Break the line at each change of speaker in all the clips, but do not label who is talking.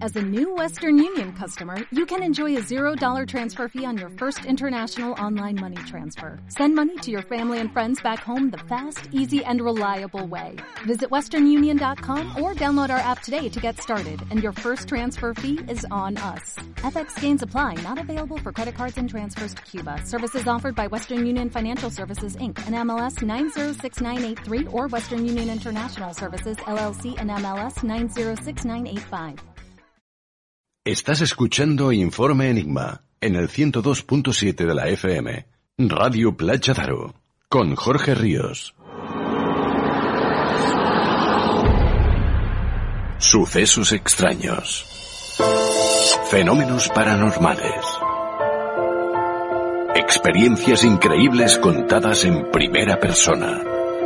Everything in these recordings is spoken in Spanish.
As a new Western Union customer, you can enjoy a $0 transfer fee on your first international online money transfer. Send money to your family and friends back home the fast, easy, and reliable way. Visit westernunion.com or download our app today to get started, and your first transfer fee is on us. FX gains apply, not available for credit cards and transfers to Cuba. Services offered by Western Union Financial Services, Inc., and MLS 906983, or Western Union International Services, LLC, and MLS 906985.
Estás escuchando Informe Enigma en el 102.7 de la FM, Radio Playa Daro, con Jorge Ríos. Sucesos extraños. Fenómenos paranormales. Experiencias increíbles contadas en primera persona.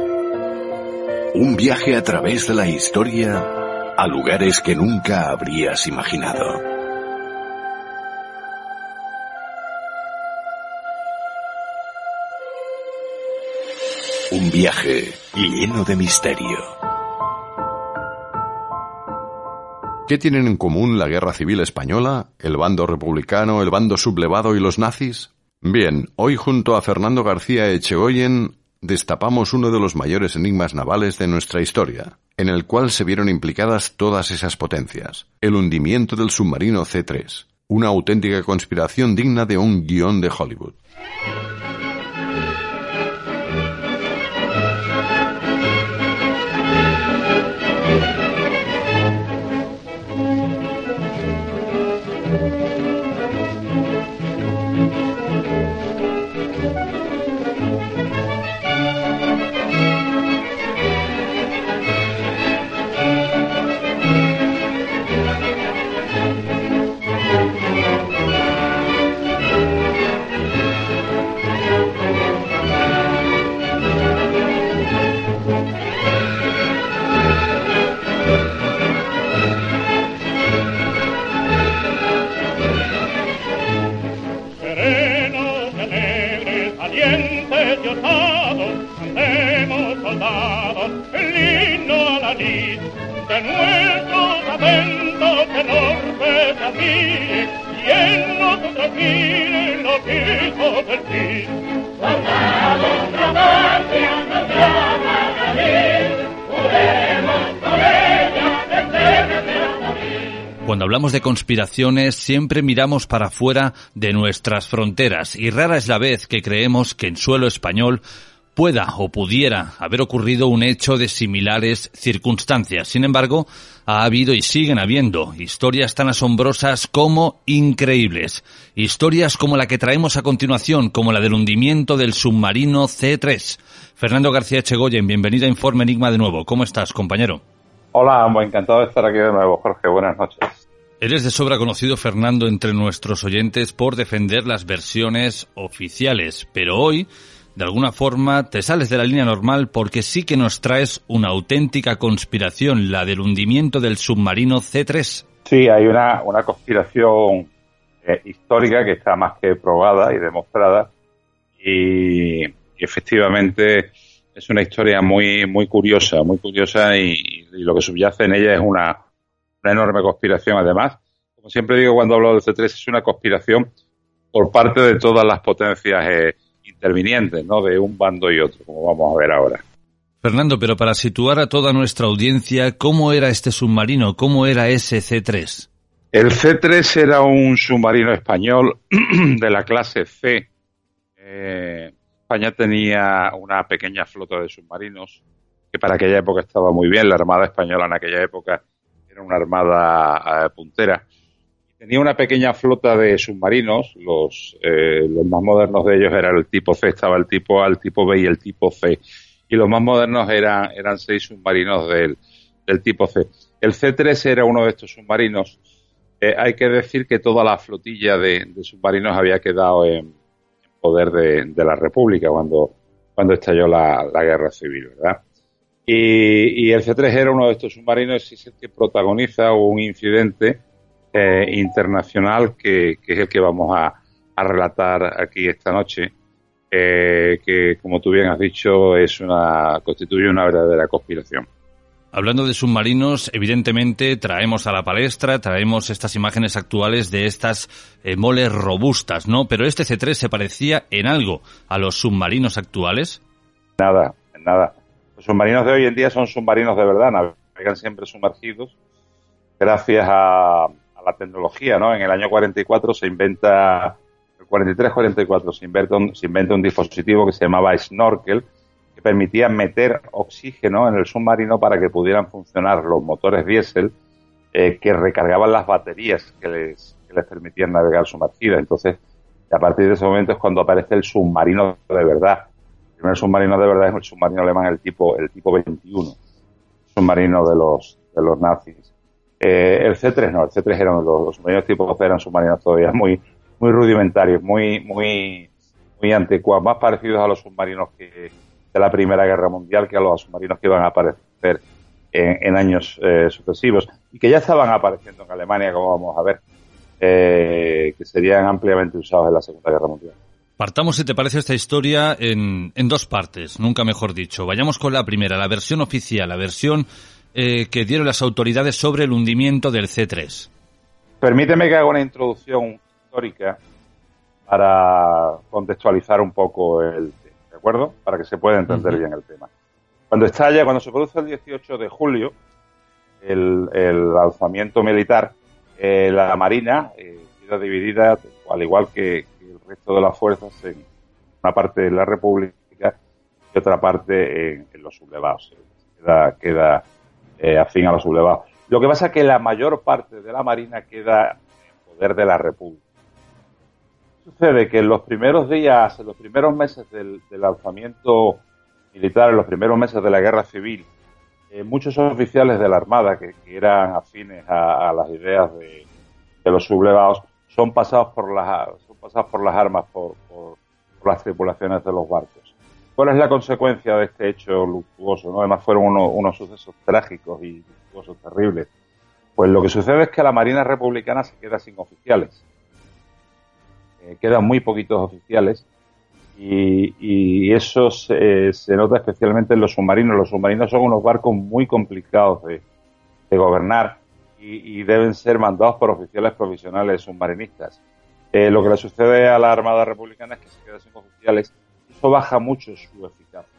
Un viaje a través de la historia a lugares que nunca habrías imaginado. Un viaje lleno de misterio. ¿Qué tienen en común la Guerra Civil Española, el bando republicano, el bando sublevado y los nazis? Bien, hoy junto a Fernando García Echegoyen destapamos uno de los mayores enigmas navales de nuestra historia, en el cual se vieron implicadas todas esas potencias: el hundimiento del submarino C3, una auténtica conspiración digna de un guión de Hollywood.
Cuando hablamos de conspiraciones, siempre miramos para fuera de nuestras fronteras y rara es la vez que creemos que en suelo español pueda o pudiera haber ocurrido un hecho de similares circunstancias. Sin embargo, ha habido y siguen habiendo historias tan asombrosas como increíbles. Historias como la que traemos a continuación, como la del hundimiento del submarino C3. Fernando García Echegoyen, bienvenido a Informe Enigma de nuevo. ¿Cómo estás, compañero?
Hola, muy encantado de estar aquí de nuevo, Jorge. Buenas noches.
Eres de sobra conocido, Fernando, entre nuestros oyentes por defender las versiones oficiales, pero hoy, de alguna forma, te sales de la línea normal porque sí que nos traes una auténtica conspiración, la del hundimiento del submarino C3.
Sí, hay una conspiración histórica que está más que probada y demostrada y efectivamente es una historia muy curiosa y lo que subyace en ella es una enorme conspiración. Además, como siempre digo cuando hablo del C3, es una conspiración por parte de todas las potencias intervinientes, ¿no? De un bando y otro, como vamos a ver ahora.
Fernando, pero para situar a toda nuestra audiencia, ¿cómo era este submarino? ¿Cómo era ese C3?
El C3 era un submarino español de la clase C. España tenía una pequeña flota de submarinos que para aquella época estaba muy bien. La Armada Española en aquella época era una armada puntera. Tenía una pequeña flota de submarinos. Los más modernos de ellos eran el tipo C. Estaba el tipo A, el tipo B y el tipo C. Y los más modernos eran 6 submarinos del tipo C. El C3 era uno de estos submarinos. Hay que decir que toda la flotilla de submarinos había quedado en poder de la República cuando estalló la Guerra Civil, ¿verdad? Y el C3 era uno de estos submarinos y es el que protagoniza un incidente internacional que es el que vamos a relatar aquí esta noche, que como tú bien has dicho constituye una verdadera conspiración.
Hablando de submarinos, evidentemente traemos a la palestra, traemos estas imágenes actuales de estas moles robustas, ¿no? Pero este C3 se parecía en algo a los submarinos actuales.
Nada, en nada. Los submarinos de hoy en día son submarinos de verdad, navegan siempre sumergidos, gracias a la tecnología, ¿no? En el año 44 se inventa, el 43-44 se inventa un dispositivo que se llamaba snorkel, que permitía meter oxígeno en el submarino para que pudieran funcionar los motores diésel que recargaban las baterías que les permitían navegar sumergidas. Entonces, a partir de ese momento es cuando aparece el submarino de verdad. El primer submarino de verdad es el submarino alemán, el tipo 21, submarino de los nazis. El C3 no, el C3 eran los submarinos tipo C, eran submarinos todavía muy rudimentarios, muy anticuados, más parecidos a los submarinos de la Primera Guerra Mundial que a los submarinos que iban a aparecer en años sucesivos y que ya estaban apareciendo en Alemania, como vamos a ver, que serían ampliamente usados en la Segunda Guerra Mundial.
Partamos, si te parece, esta historia en dos partes, nunca mejor dicho. Vayamos con la primera, la versión oficial, la versión que dieron las autoridades sobre el hundimiento del C3.
Permíteme que haga una introducción histórica para contextualizar un poco el tema, ¿de acuerdo? Para que se pueda entender bien el tema. Cuando se produce el 18 de julio, el alzamiento militar, la Marina queda dividida, al igual que el resto de las fuerzas, en una parte de la República y otra parte en los sublevados. Queda afín a los sublevados. Lo que pasa es que la mayor parte de la Marina queda en poder de la República. Sucede que en los primeros días, en los primeros meses del alzamiento militar, en los primeros meses de la Guerra Civil, muchos oficiales de la Armada que eran afines a las ideas de los sublevados son pasados por las armas por las tripulaciones de los barcos. ¿Cuál es la consecuencia de este hecho luctuoso, ¿no? Además fueron unos sucesos trágicos y luctuosos, terribles. Pues lo que sucede es que la Marina Republicana se queda sin oficiales. Quedan muy poquitos oficiales y eso se nota especialmente en los submarinos. Los submarinos son unos barcos muy complicados de gobernar y deben ser mandados por oficiales profesionales submarinistas. Lo que le sucede a la Armada Republicana es que se queda sin oficiales. Eso baja mucho su eficacia.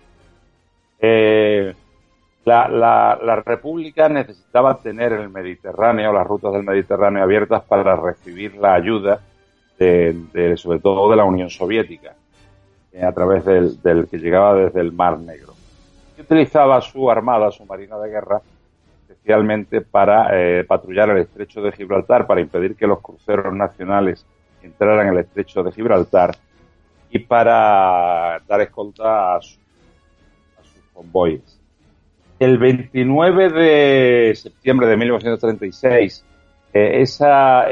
La República necesitaba tener el Mediterráneo, las rutas del Mediterráneo abiertas para recibir la ayuda sobre todo de la Unión Soviética, a través del que llegaba desde el Mar Negro. Y utilizaba su armada, su marina de guerra, especialmente para patrullar el estrecho de Gibraltar, para impedir que los cruceros nacionales entraran en el estrecho de Gibraltar y para dar escolta a sus convoyes. El 29 de septiembre de 1936, esa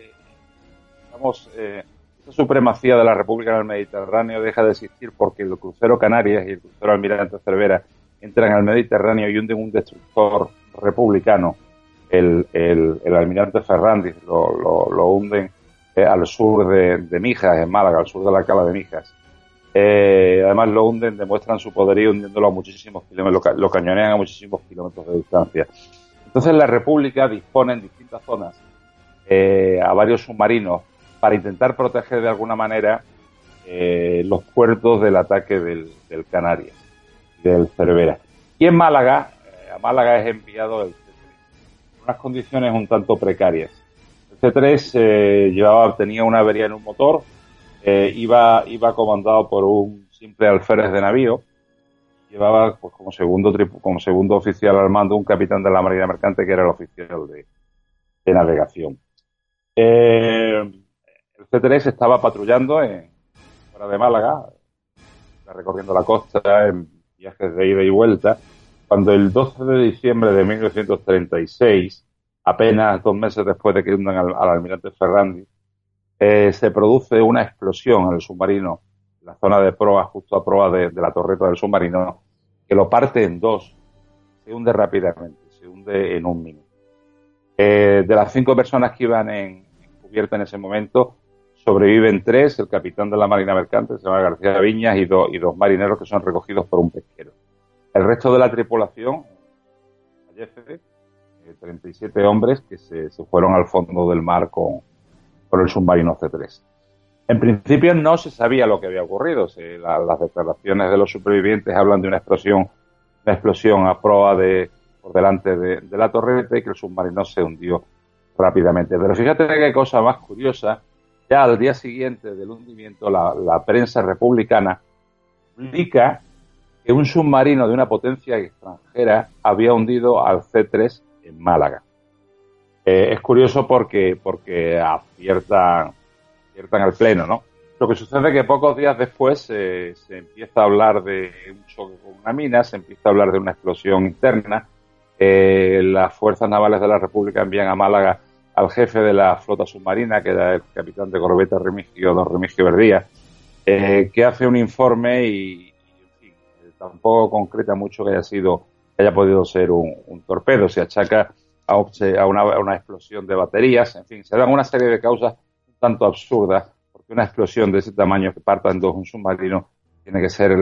supremacía de la República en el Mediterráneo deja de existir porque el crucero Canarias y el crucero Almirante Cervera entran al Mediterráneo y hunden un destructor republicano, el Almirante Ferrandis, lo hunden al sur de Mijas, en Málaga, al sur de la cala de Mijas. Además lo hunden, demuestran su poderío hundiéndolo a muchísimos kilómetros, lo cañonean a muchísimos kilómetros de distancia. Entonces la República dispone en distintas zonas a varios submarinos para intentar proteger de alguna manera los puertos del ataque del Canarias, del Cervera. Y en Málaga, a Málaga es enviado el C3, en unas condiciones un tanto precarias. El C3 tenía una avería en un motor, iba comandado por un simple alférez de navío, llevaba pues, como segundo oficial al mando un capitán de la Marina Mercante que era el oficial de navegación. El C3 estaba patrullando fuera de Málaga, recorriendo la costa en viajes de ida y vuelta, cuando el 12 de diciembre de 1936, apenas 2 meses después de que hundan al almirante Ferrandis, se produce una explosión en el submarino, en la zona de proa, justo a proa de la torreta del submarino, que lo parte en dos, se hunde rápidamente, se hunde en 1 minuto. De las 5 personas que iban en cubierta en ese momento, sobreviven 3, el capitán de la Marina Mercante, se llama García Viñas, y dos marineros que son recogidos por un pesquero. El resto de la tripulación fallece, 37 hombres que se fueron al fondo del mar con el submarino C3. En principio no se sabía lo que había ocurrido. Las declaraciones de los supervivientes hablan de una explosión a proa por delante de la torreta y que el submarino se hundió rápidamente. Pero fíjate qué cosa más curiosa. Ya al día siguiente del hundimiento, la prensa republicana publica que un submarino de una potencia extranjera había hundido al C3 en Málaga. Es curioso porque aciertan al pleno, ¿no? Lo que sucede es que pocos días después se empieza a hablar de un choque con una mina, se empieza a hablar de una explosión interna. Las fuerzas navales de la República envían a Málaga al jefe de la flota submarina, que era el capitán de corbeta don Remigio Verdía, que hace un informe y en fin, tampoco concreta mucho que haya podido ser un torpedo. Se achaca a una explosión de baterías. En fin, se dan una serie de causas un tanto absurdas, porque una explosión de ese tamaño que parta en dos un submarino tiene que ser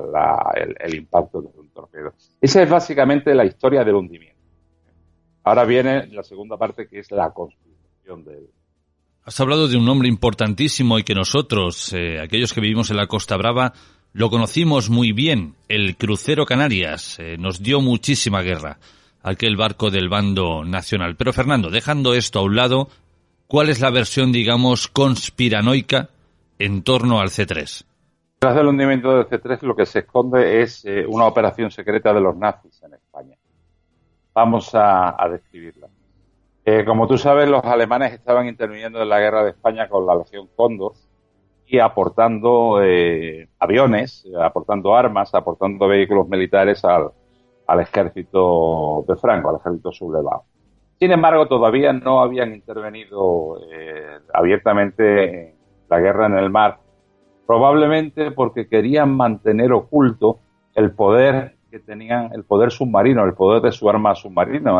el impacto de un torpedo. Esa es básicamente la historia del hundimiento. Ahora viene la segunda parte, que es la constitución del...
Has hablado de un nombre importantísimo y que nosotros, aquellos que vivimos en la Costa Brava, lo conocimos muy bien, el crucero Canarias. Nos dio muchísima guerra, aquel barco del bando nacional. Pero Fernando, dejando esto a un lado, ¿cuál es la versión, digamos, conspiranoica en torno al C3?
Tras del hundimiento del C3 lo que se esconde es una operación secreta de los nazis en España. Vamos a describirla. Como tú sabes, los alemanes estaban interviniendo en la guerra de España con la Legión Cóndor y aportando aviones, aportando armas, aportando vehículos militares al ejército de Franco, al ejército sublevado. Sin embargo, todavía no habían intervenido abiertamente en la guerra en el mar, probablemente porque querían mantener oculto el poder que tenían, el poder submarino, el poder de su arma submarina.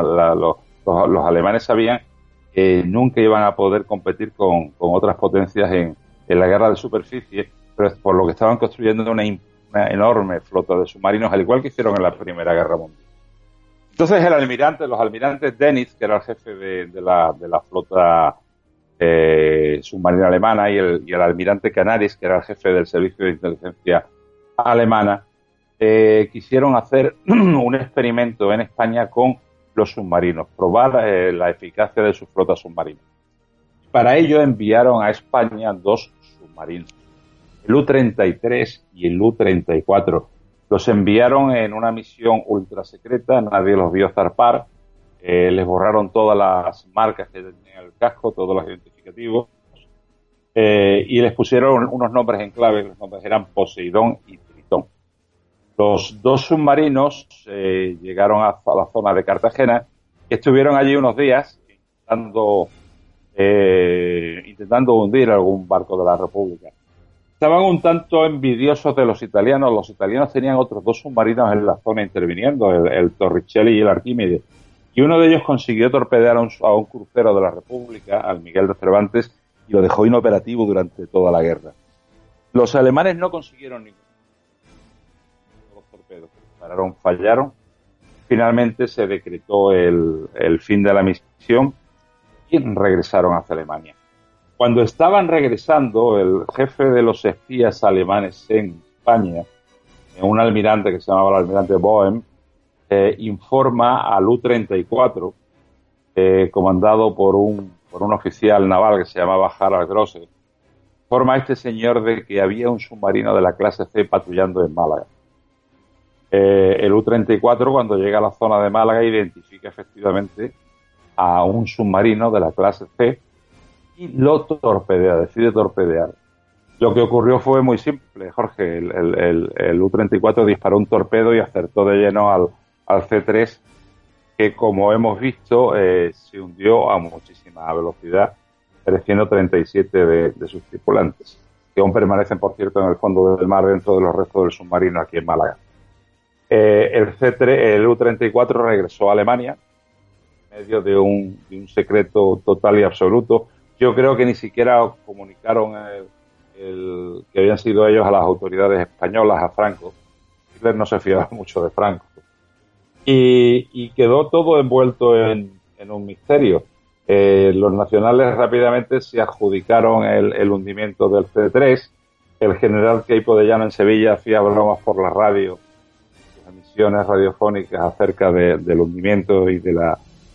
Los alemanes sabían que nunca iban a poder competir con otras potencias en la guerra de superficie, pero por lo que estaban construyendo una enorme flota de submarinos, al igual que hicieron en la Primera Guerra Mundial. Entonces los almirantes Dönitz, que era el jefe de la flota submarina alemana, y el almirante Canaris, que era el jefe del servicio de inteligencia alemana, quisieron hacer un experimento en España con los submarinos, probar la eficacia de su flota submarina. Para ello enviaron a España dos submarinos, el U-33 y el U-34. Los enviaron en una misión ultra secreta, nadie los vio zarpar, les borraron todas las marcas que tenían en el casco, todos los identificativos, y les pusieron unos nombres en clave. Los nombres eran Poseidón y Tritón. Los dos submarinos llegaron a la zona de Cartagena, y estuvieron allí unos días intentando hundir algún barco de la República. Estaban un tanto envidiosos de los italianos. Los italianos tenían otros dos submarinos en la zona interviniendo, el Torricelli y el Arquímedes, y uno de ellos consiguió torpedear a un crucero de la República, al Miguel de Cervantes, y lo dejó inoperativo durante toda la guerra. Los alemanes no consiguieron ninguno. Los torpedos fallaron. Finalmente se decretó el fin de la misión y regresaron hacia Alemania. Cuando estaban regresando, el jefe de los espías alemanes en España, un almirante que se llamaba el almirante Boehm, informa al U-34, comandado por un oficial naval que se llamaba Harald Grosse, informa a este señor de que había un submarino de la clase C patrullando en Málaga. El U-34, cuando llega a la zona de Málaga, identifica efectivamente a un submarino de la clase C y lo torpedea, decide torpedear. Lo que ocurrió fue muy simple, Jorge. El U-34 disparó un torpedo y acertó de lleno al C3, que, como hemos visto, se hundió a muchísima velocidad, pereciendo 37 de sus tripulantes, que aún permanecen, por cierto, en el fondo del mar dentro de los restos del submarino aquí en Málaga. El U-34 regresó a Alemania en medio de un secreto total y absoluto. Yo creo que ni siquiera comunicaron que habían sido ellos a las autoridades españolas, a Franco. Hitler no se fiaba mucho de Franco. y quedó todo envuelto en un misterio. Los nacionales rápidamente se adjudicaron el hundimiento del C3. El general Queipo de Llano en Sevilla hacía bromas por la radio, emisiones radiofónicas acerca del hundimiento y de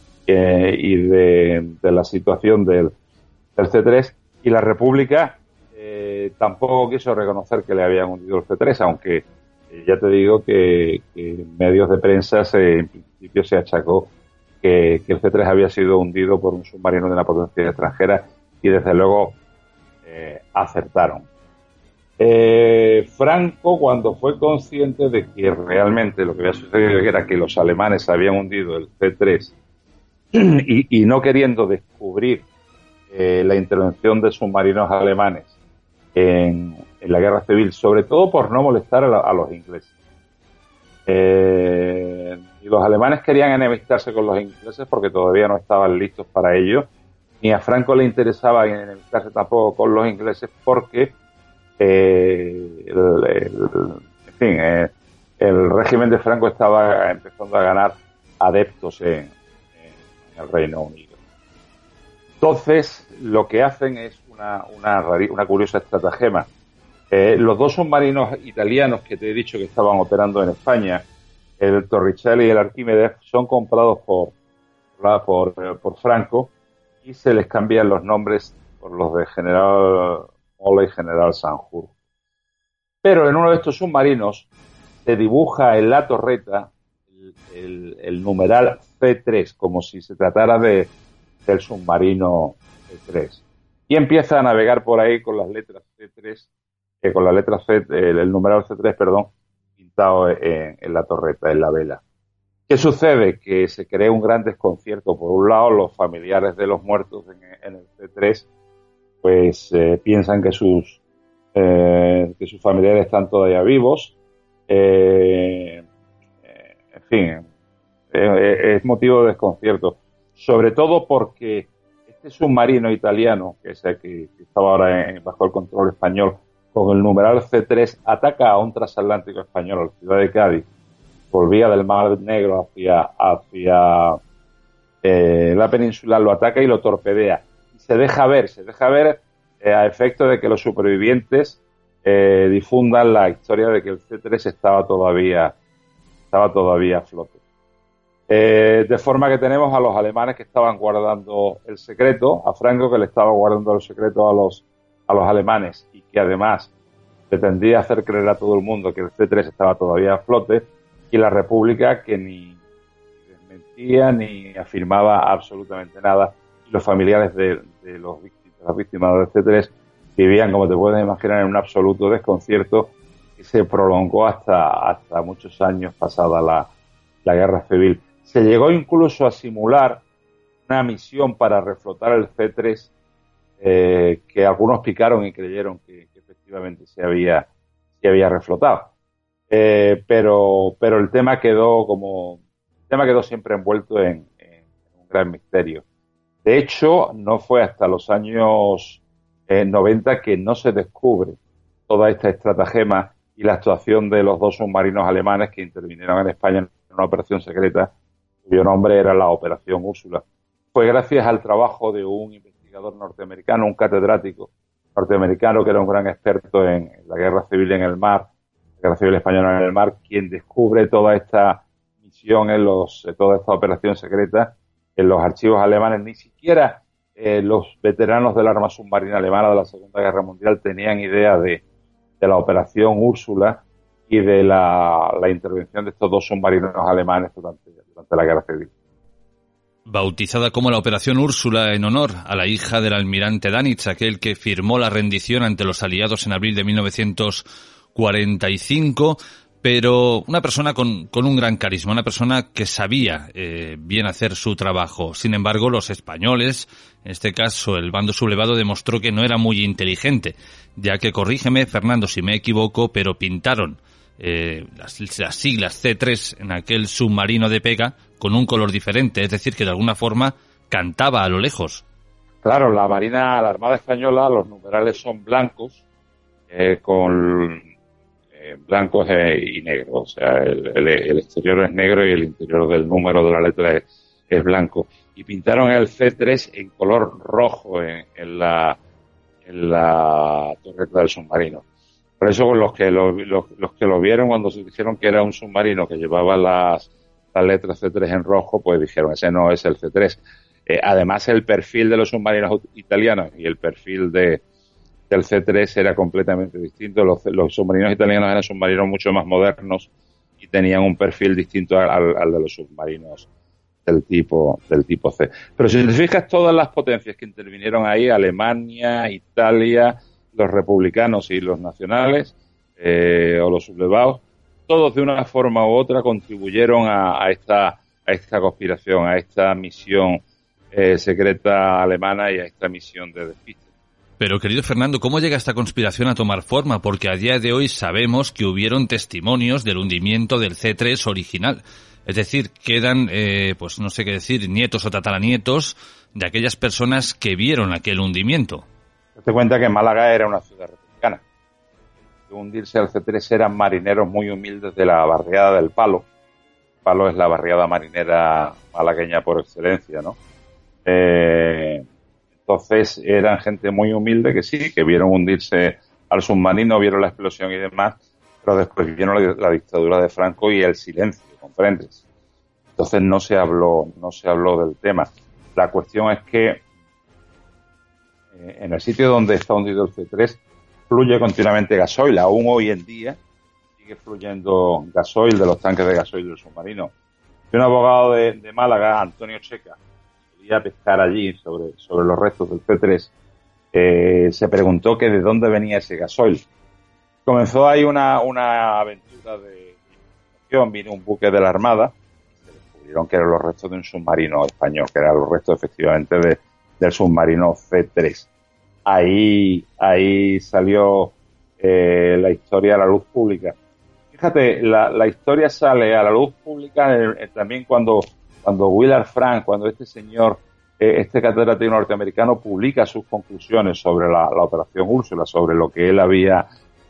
la situación del C3, y la República tampoco quiso reconocer que le habían hundido el C3, aunque ya te digo que en medios de prensa en principio se achacó que el C3 había sido hundido por un submarino de una potencia extranjera, y desde luego acertaron. Franco, cuando fue consciente de que realmente lo que había sucedido era que los alemanes habían hundido el C3 y no queriendo descubrir la intervención de submarinos alemanes en la guerra civil, sobre todo por no molestar a los ingleses. Y los alemanes querían enemistarse con los ingleses porque todavía no estaban listos para ello, ni a Franco le interesaba enemistarse tampoco con los ingleses porque el régimen de Franco estaba empezando a ganar adeptos en el Reino Unido. Entonces, lo que hacen es una curiosa estratagema. Los dos submarinos italianos que te he dicho que estaban operando en España, el Torricelli y el Arquímedes, son comprados por Franco, y se les cambian los nombres por los de General Mola y General Sanjurjo. Pero en uno de estos submarinos se dibuja en la torreta el numeral C3, como si se tratara del submarino C3. Y empieza a navegar por ahí con las letras C3, con la letra C, el numeral C3, perdón, pintado en la torreta, en la vela. ¿Qué sucede? Que se crea un gran desconcierto. Por un lado, los familiares de los muertos en el C3 pues piensan que sus familiares están todavía vivos. En fin, es motivo de desconcierto, sobre todo porque este submarino italiano, que es el que estaba ahora bajo el control español, con el numeral C3, ataca a un transatlántico español, a la ciudad de Cádiz, volvía del Mar Negro hacia la península, lo ataca y lo torpedea. Se deja ver a efecto de que los supervivientes difundan la historia de que el C3 estaba todavía a flote. De forma que tenemos a los alemanes que estaban guardando el secreto, a Franco que le estaba guardando el secreto a los alemanes, y que además pretendía hacer creer a todo el mundo que el C3 estaba todavía a flote, y la República que ni desmentía ni afirmaba absolutamente nada, y los familiares de las víctimas del C3 vivían, como te puedes imaginar, en un absoluto desconcierto que se prolongó hasta muchos años pasada la guerra civil. Se llegó incluso a simular una misión para reflotar el C3 que algunos picaron y creyeron que efectivamente se había reflotado. Pero el tema quedó siempre envuelto en un gran misterio. De hecho, no fue hasta los años 90 que no se descubre toda esta estratagema y la actuación de los dos submarinos alemanes que intervinieron en España en una operación secreta cuyo nombre era la Operación Úrsula. Fue gracias al trabajo de un investigador norteamericano, un catedrático norteamericano que era un gran experto en la guerra civil en el mar, la guerra civil española en el mar, quien descubre toda esta misión, toda esta operación secreta en los archivos alemanes. Ni siquiera los veteranos del arma submarina alemana de la Segunda Guerra Mundial tenían idea de la Operación Úrsula y de la intervención de estos dos submarinos alemanes durante la Guerra Civil.
Bautizada como la Operación Úrsula en honor a la hija del almirante Dönitz, aquel que firmó la rendición ante los aliados en abril de 1945, pero una persona con un gran carisma, una persona que sabía bien hacer su trabajo. Sin embargo, los españoles, en este caso el bando sublevado, demostró que no era muy inteligente, ya que, corrígeme, Fernando, si me equivoco, pero pintaron las siglas C3 en aquel submarino de pega con un color diferente, es decir, que de alguna forma cantaba a lo lejos.
Claro, la Armada Española, los numerales son blancos, con blancos y negros. O sea, el exterior es negro y el interior del número de la letra es blanco. Y pintaron el C3 en color rojo en la torreta del submarino. Por eso los que lo vieron cuando se dijeron que era un submarino que llevaba las letras C3 en rojo, pues dijeron, ese no es el C3. Además, el perfil de los submarinos italianos y el perfil del C3 era completamente distinto. Los submarinos italianos eran submarinos mucho más modernos y tenían un perfil distinto al de los submarinos del tipo C. Pero si te fijas, todas las potencias que intervinieron ahí, Alemania, Italia, los republicanos y los nacionales, o los sublevados, todos de una forma u otra contribuyeron a esta conspiración, a esta misión secreta alemana y a esta misión de despiste.
Pero, querido Fernando, ¿cómo llega esta conspiración a tomar forma? Porque a día de hoy sabemos que hubieron testimonios del hundimiento del C3 original. Es decir, quedan, pues no sé qué decir, nietos o tataranietos de aquellas personas que vieron aquel hundimiento.
Date cuenta que Málaga era una ciudad republicana. De hundirse al C3 eran marineros muy humildes de la barriada del Palo. Palo es la barriada marinera malagueña por excelencia, ¿no? Entonces eran gente muy humilde que sí, que vieron hundirse al submarino, vieron la explosión y demás, pero después vieron la dictadura de Franco y el silencio, ¿comprendes? Entonces no se habló del tema. La cuestión es que en el sitio donde está hundido el C3 fluye continuamente gasoil. Aún hoy en día sigue fluyendo gasoil de los tanques de gasoil del submarino. Y un abogado de Málaga, Antonio Checa, a pescar allí sobre los restos del C3, se preguntó que de dónde venía ese gasoil. Comenzó ahí una aventura de investigación. Vino un buque de la Armada, se descubrieron que eran los restos de un submarino español, que eran los restos efectivamente del submarino C3. Ahí salió la historia a la luz pública. Fíjate, la historia sale a la luz pública también cuando Willard Frank, cuando este señor, este catedrático norteamericano, publica sus conclusiones sobre la operación Úrsula, sobre lo que él había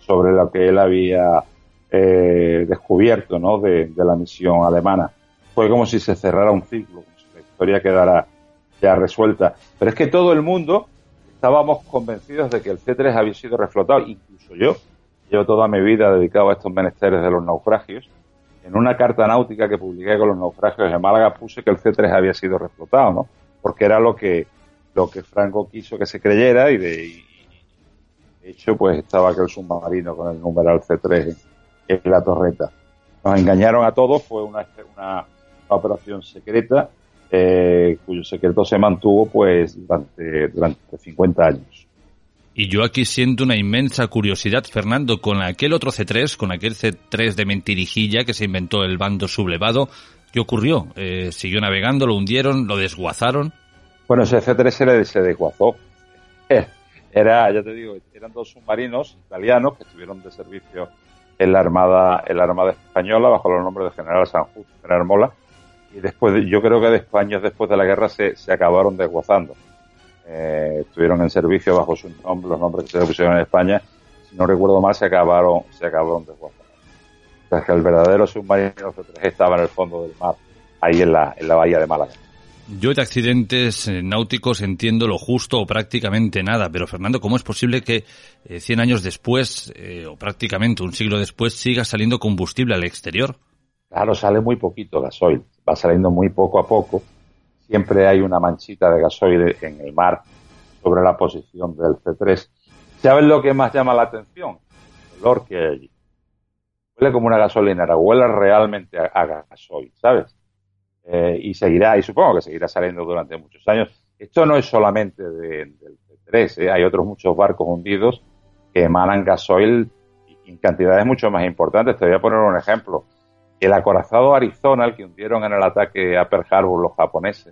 descubierto, ¿no? de la misión alemana. Fue como si se cerrara un ciclo, como si la historia quedara ya resuelta. Pero es que todo el mundo estábamos convencidos de que el C3 había sido reflotado, incluso yo. Llevo toda mi vida dedicado a estos menesteres de los naufragios. En una carta náutica que publiqué con los naufragios de Málaga puse que el C3 había sido reflotado, ¿no? Porque era lo que Franco quiso que se creyera y de hecho pues estaba aquel submarino con el numeral C3 en la torreta. Nos engañaron a todos, fue una operación secreta cuyo secreto se mantuvo pues durante 50 años.
Y yo aquí siento una inmensa curiosidad, Fernando, con aquel otro C3, con aquel C3 de mentirijilla que se inventó el bando sublevado. ¿Qué ocurrió? ¿Siguió navegando? ¿Lo hundieron? ¿Lo desguazaron? Bueno, ese
C3 se desguazó. Ya te digo, eran dos submarinos italianos que estuvieron de servicio en la Armada Española bajo los nombres de General Sanjurjo y General Mola. Y después, yo creo que años después de la guerra se acabaron desguazando. Estuvieron en servicio bajo sus nombres, los nombres que se pusieron en España, si no recuerdo mal, se acabaron desguazando. O sea, que el verdadero submarino C3 estaba en el fondo del mar, ahí en la bahía de Málaga.
Yo de accidentes náuticos entiendo lo justo o prácticamente nada, pero Fernando, ¿cómo es posible que 100 años después, o prácticamente un siglo después, siga saliendo combustible al exterior?
Claro, sale muy poquito gasoil, va saliendo muy poco a poco. Siempre hay una manchita de gasoil en el mar sobre la posición del C3. ¿Sabes lo que más llama la atención? El olor que hay allí. Huele como una gasolinera, huele realmente a gasoil, ¿sabes? Y supongo que seguirá saliendo durante muchos años. Esto no es solamente del C3, hay otros muchos barcos hundidos que emanan gasoil en cantidades mucho más importantes. Te voy a poner un ejemplo. El acorazado Arizona, el que hundieron en el ataque a Pearl Harbor los japoneses,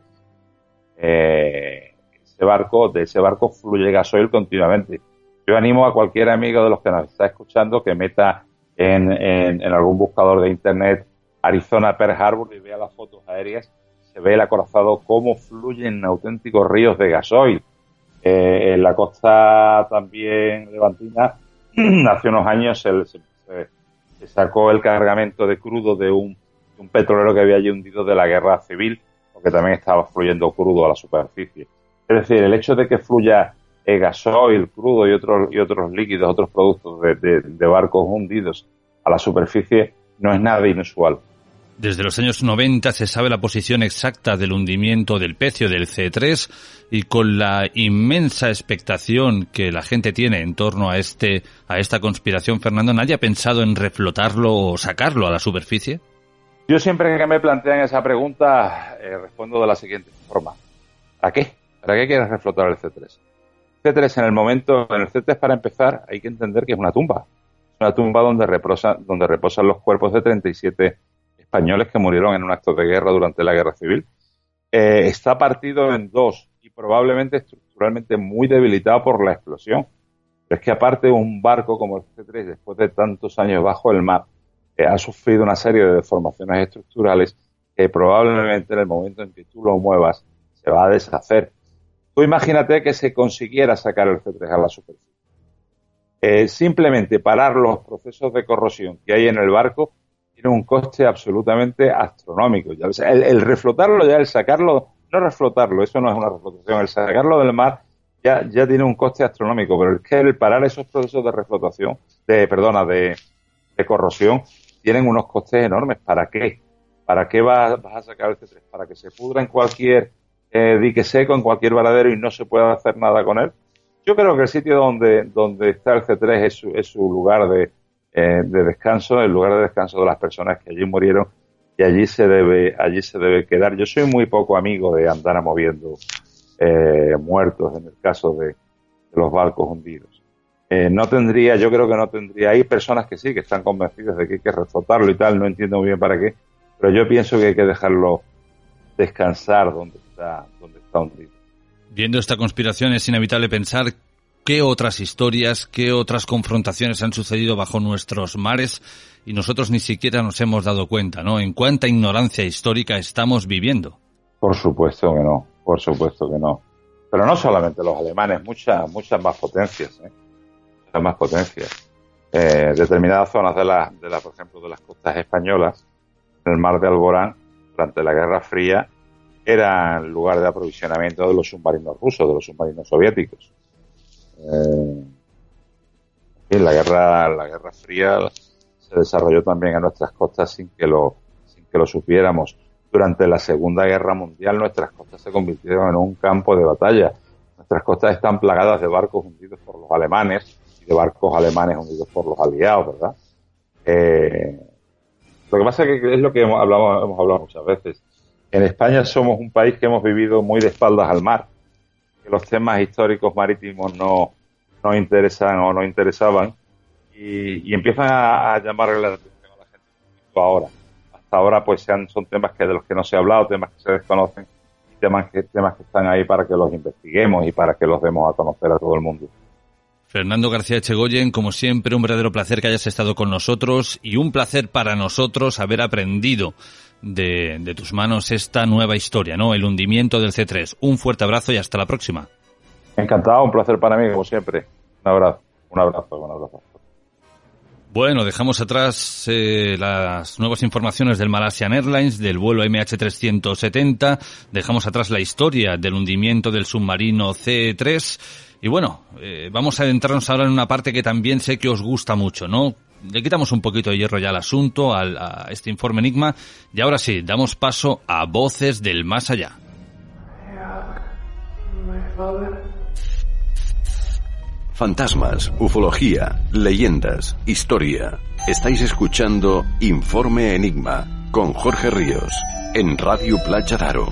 de ese barco fluye gasoil continuamente. Yo animo a cualquier amigo de los que nos está escuchando que meta en algún buscador de internet Arizona Pearl Harbor y vea las fotos aéreas. Se ve el acorazado cómo fluyen auténticos ríos de gasoil. En la costa también levantina, hace unos años se sacó el cargamento de crudo de un petrolero que había allí hundido de la guerra civil, porque también estaba fluyendo crudo a la superficie. Es decir, el hecho de que fluya gasoil, crudo y otros líquidos, otros productos de barcos hundidos a la superficie no es nada inusual.
Desde los años 90 se sabe la posición exacta del hundimiento del Pecio, del C3, y con la inmensa expectación que la gente tiene en torno a esta conspiración, Fernando, ¿nadie ha pensado en reflotarlo o sacarlo a la superficie?
Yo siempre que me plantean esa pregunta respondo de la siguiente forma. ¿Para qué? ¿Para qué quieres reflotar el C3? El C3 para empezar hay que entender que es una tumba. Es una tumba donde reposan los cuerpos de 37 españoles que murieron en un acto de guerra durante la Guerra Civil. Está partido en dos y probablemente estructuralmente muy debilitado por la explosión. Pero es que aparte un barco como el C3, después de tantos años bajo el mar, ha sufrido una serie de deformaciones estructurales que probablemente en el momento en que tú lo muevas se va a deshacer. Tú imagínate que se consiguiera sacar el C3 a la superficie. Simplemente parar los procesos de corrosión que hay en el barco tiene un coste absolutamente astronómico. Ya, el reflotarlo, ya el sacarlo, no reflotarlo, eso no es una reflotación, el sacarlo del mar ya tiene un coste astronómico, pero es que el parar esos procesos de reflotación, de corrosión, tienen unos costes enormes. ¿Para qué? ¿Para qué vas a sacar el C3? ¿Para que se pudra en cualquier dique seco, en cualquier varadero y no se pueda hacer nada con él? Yo creo que el sitio donde está el C3 es su lugar de descanso, el lugar de descanso de las personas que allí murieron, y allí se debe quedar. Yo soy muy poco amigo de andar moviendo muertos en el caso de los barcos hundidos. Yo creo que no tendría. Hay personas que sí, que están convencidas de que hay que reflotarlo y tal, no entiendo muy bien para qué, pero yo pienso que hay que dejarlo descansar donde está hundido.
Viendo esta conspiración es inevitable pensar qué otras historias, qué otras confrontaciones han sucedido bajo nuestros mares y nosotros ni siquiera nos hemos dado cuenta, ¿no? En cuánta ignorancia histórica estamos viviendo.
Por supuesto que no. Pero no solamente los alemanes, muchas más potencias, muchas más potencias. Determinadas zonas por ejemplo, de las costas españolas, en el mar de Alborán, durante la Guerra Fría, era el lugar de aprovisionamiento de los submarinos rusos, de los submarinos soviéticos. La Guerra Fría se desarrolló también a nuestras costas sin que lo supiéramos. Durante la Segunda Guerra Mundial nuestras costas se convirtieron en un campo de batalla. Nuestras costas están plagadas de barcos hundidos por los alemanes y de barcos alemanes hundidos por los aliados, ¿verdad? Lo que pasa es que es lo que hemos hablado muchas veces. En España somos un país que hemos vivido muy de espaldas al mar, que los temas históricos marítimos no interesan o no interesaban y empiezan a llamarle la atención a la gente ahora. Hasta ahora pues son temas de los que no se ha hablado, temas que se desconocen, temas que están ahí para que los investiguemos y para que los demos a conocer a todo el mundo.
Fernando García Echegoyen, como siempre, un verdadero placer que hayas estado con nosotros y un placer para nosotros haber aprendido de tus manos esta nueva historia, ¿no? El hundimiento del C3. Un fuerte abrazo y hasta la próxima.
Encantado, un placer para mí, como siempre. Un abrazo.
Bueno, dejamos atrás las nuevas informaciones del Malaysian Airlines, del vuelo MH370, dejamos atrás la historia del hundimiento del submarino C3 y bueno, vamos a adentrarnos ahora en una parte que también sé que os gusta mucho, ¿no? Le quitamos un poquito de hierro ya al asunto, a este informe Enigma, y ahora sí, damos paso a Voces del Más Allá.
Fantasmas, ufología, leyendas, historia. Estáis escuchando Informe Enigma con Jorge Ríos en Radio Playa Daro.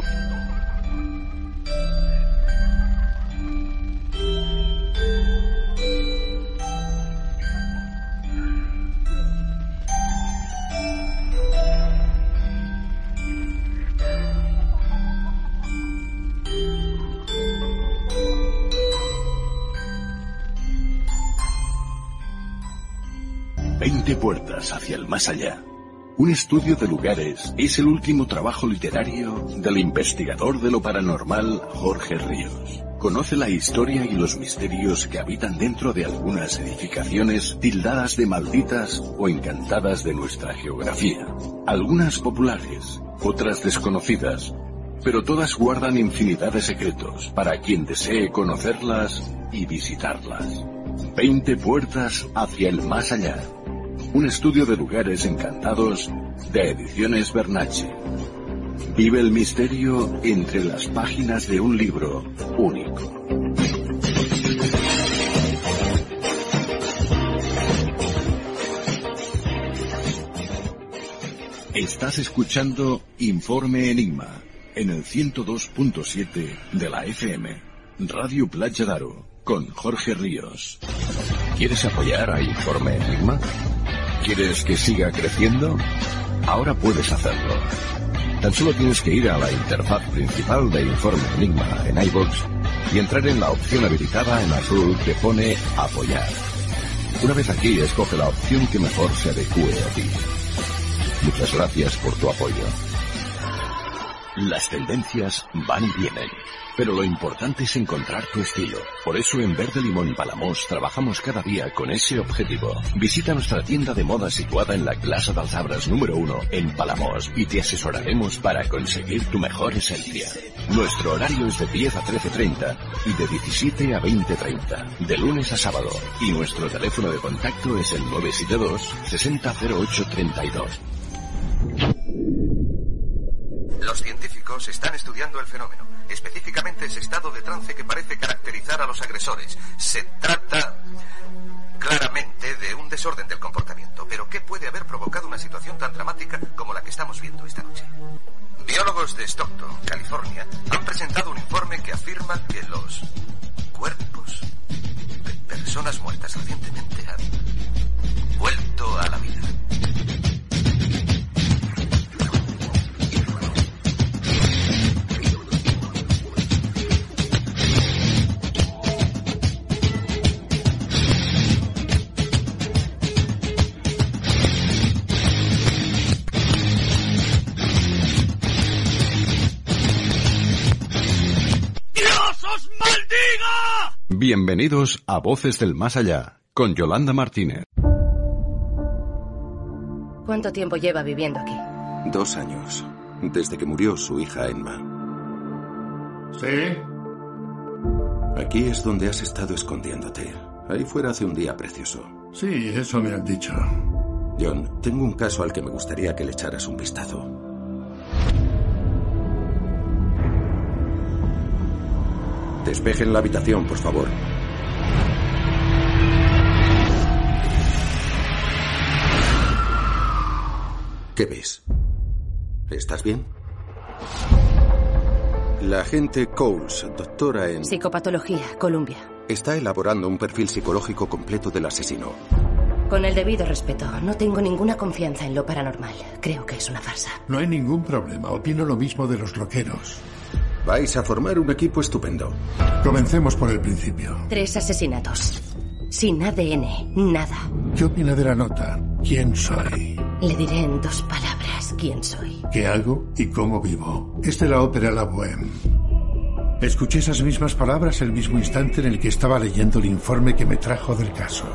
Puertas hacia el más allá. Un estudio de lugares es el último trabajo literario del investigador de lo paranormal Jorge Ríos.
Conoce la historia y los misterios que habitan dentro de algunas edificaciones tildadas de malditas o encantadas de nuestra geografía. Algunas populares, otras desconocidas, pero todas guardan infinidad de secretos para quien desee conocerlas y visitarlas. 20 puertas hacia el más allá. Un estudio de lugares encantados de Ediciones Bernacchi. Vive el misterio entre las páginas de un libro único. Estás escuchando Informe Enigma en el 102.7 de la FM, Radio Playa Daro, con Jorge Ríos. ¿Quieres apoyar a Informe Enigma? ¿Quieres que siga creciendo? Ahora puedes hacerlo. Tan solo tienes que ir a la interfaz principal de Informe Enigma en iVoox y entrar en la opción habilitada en azul que pone Apoyar. Una vez aquí, escoge la opción que mejor se adecue a ti. Muchas gracias por tu apoyo. Las tendencias van y vienen, pero lo importante es encontrar tu estilo. Por eso en Verde Limón Palamós trabajamos cada día con ese objetivo. Visita nuestra tienda de moda situada en la Plaza dels Arbres número 1 en Palamós y te asesoraremos para conseguir tu mejor esencia. Nuestro horario es de 10 a 13:30 y de 17 a 20:30, de lunes a sábado. Y nuestro teléfono de contacto es el 972 600832.
Los científicos están estudiando el fenómeno, específicamente ese estado de trance que parece caracterizar a los agresores. Se trata claramente de un desorden del comportamiento, pero ¿qué puede haber provocado una situación tan dramática como la que estamos viendo esta noche? Biólogos de Stockton, California, han presentado un informe que afirma que los cuerpos de personas muertas recientemente han vuelto a la vida.
Bienvenidos a Voces del Más Allá, con Yolanda Martínez.
¿Cuánto tiempo lleva viviendo aquí?
2 años, desde que murió su hija Emma.
¿Sí?
Aquí es donde has estado escondiéndote. Ahí fuera hace un día precioso.
Sí, eso me han dicho.
John, tengo un caso al que me gustaría que le echaras un vistazo. Despejen la habitación, por favor. ¿Qué ves? ¿Estás bien? La agente Coles, doctora en...
Psicopatología, Columbia.
Está elaborando un perfil psicológico completo del asesino.
Con el debido respeto, no tengo ninguna confianza en lo paranormal. Creo que es una farsa.
No hay ningún problema. Opino lo mismo de los rockeros.
Vais a formar un equipo estupendo.
Comencemos por el principio.
3 asesinatos. Sin ADN, nada.
¿Qué opina de la nota? ¿Quién soy?
Le diré en 2 palabras quién soy.
¿Qué hago y cómo vivo? Es de la ópera La Bohème. Escuché esas mismas palabras el mismo instante en el que estaba leyendo el informe que me trajo del caso.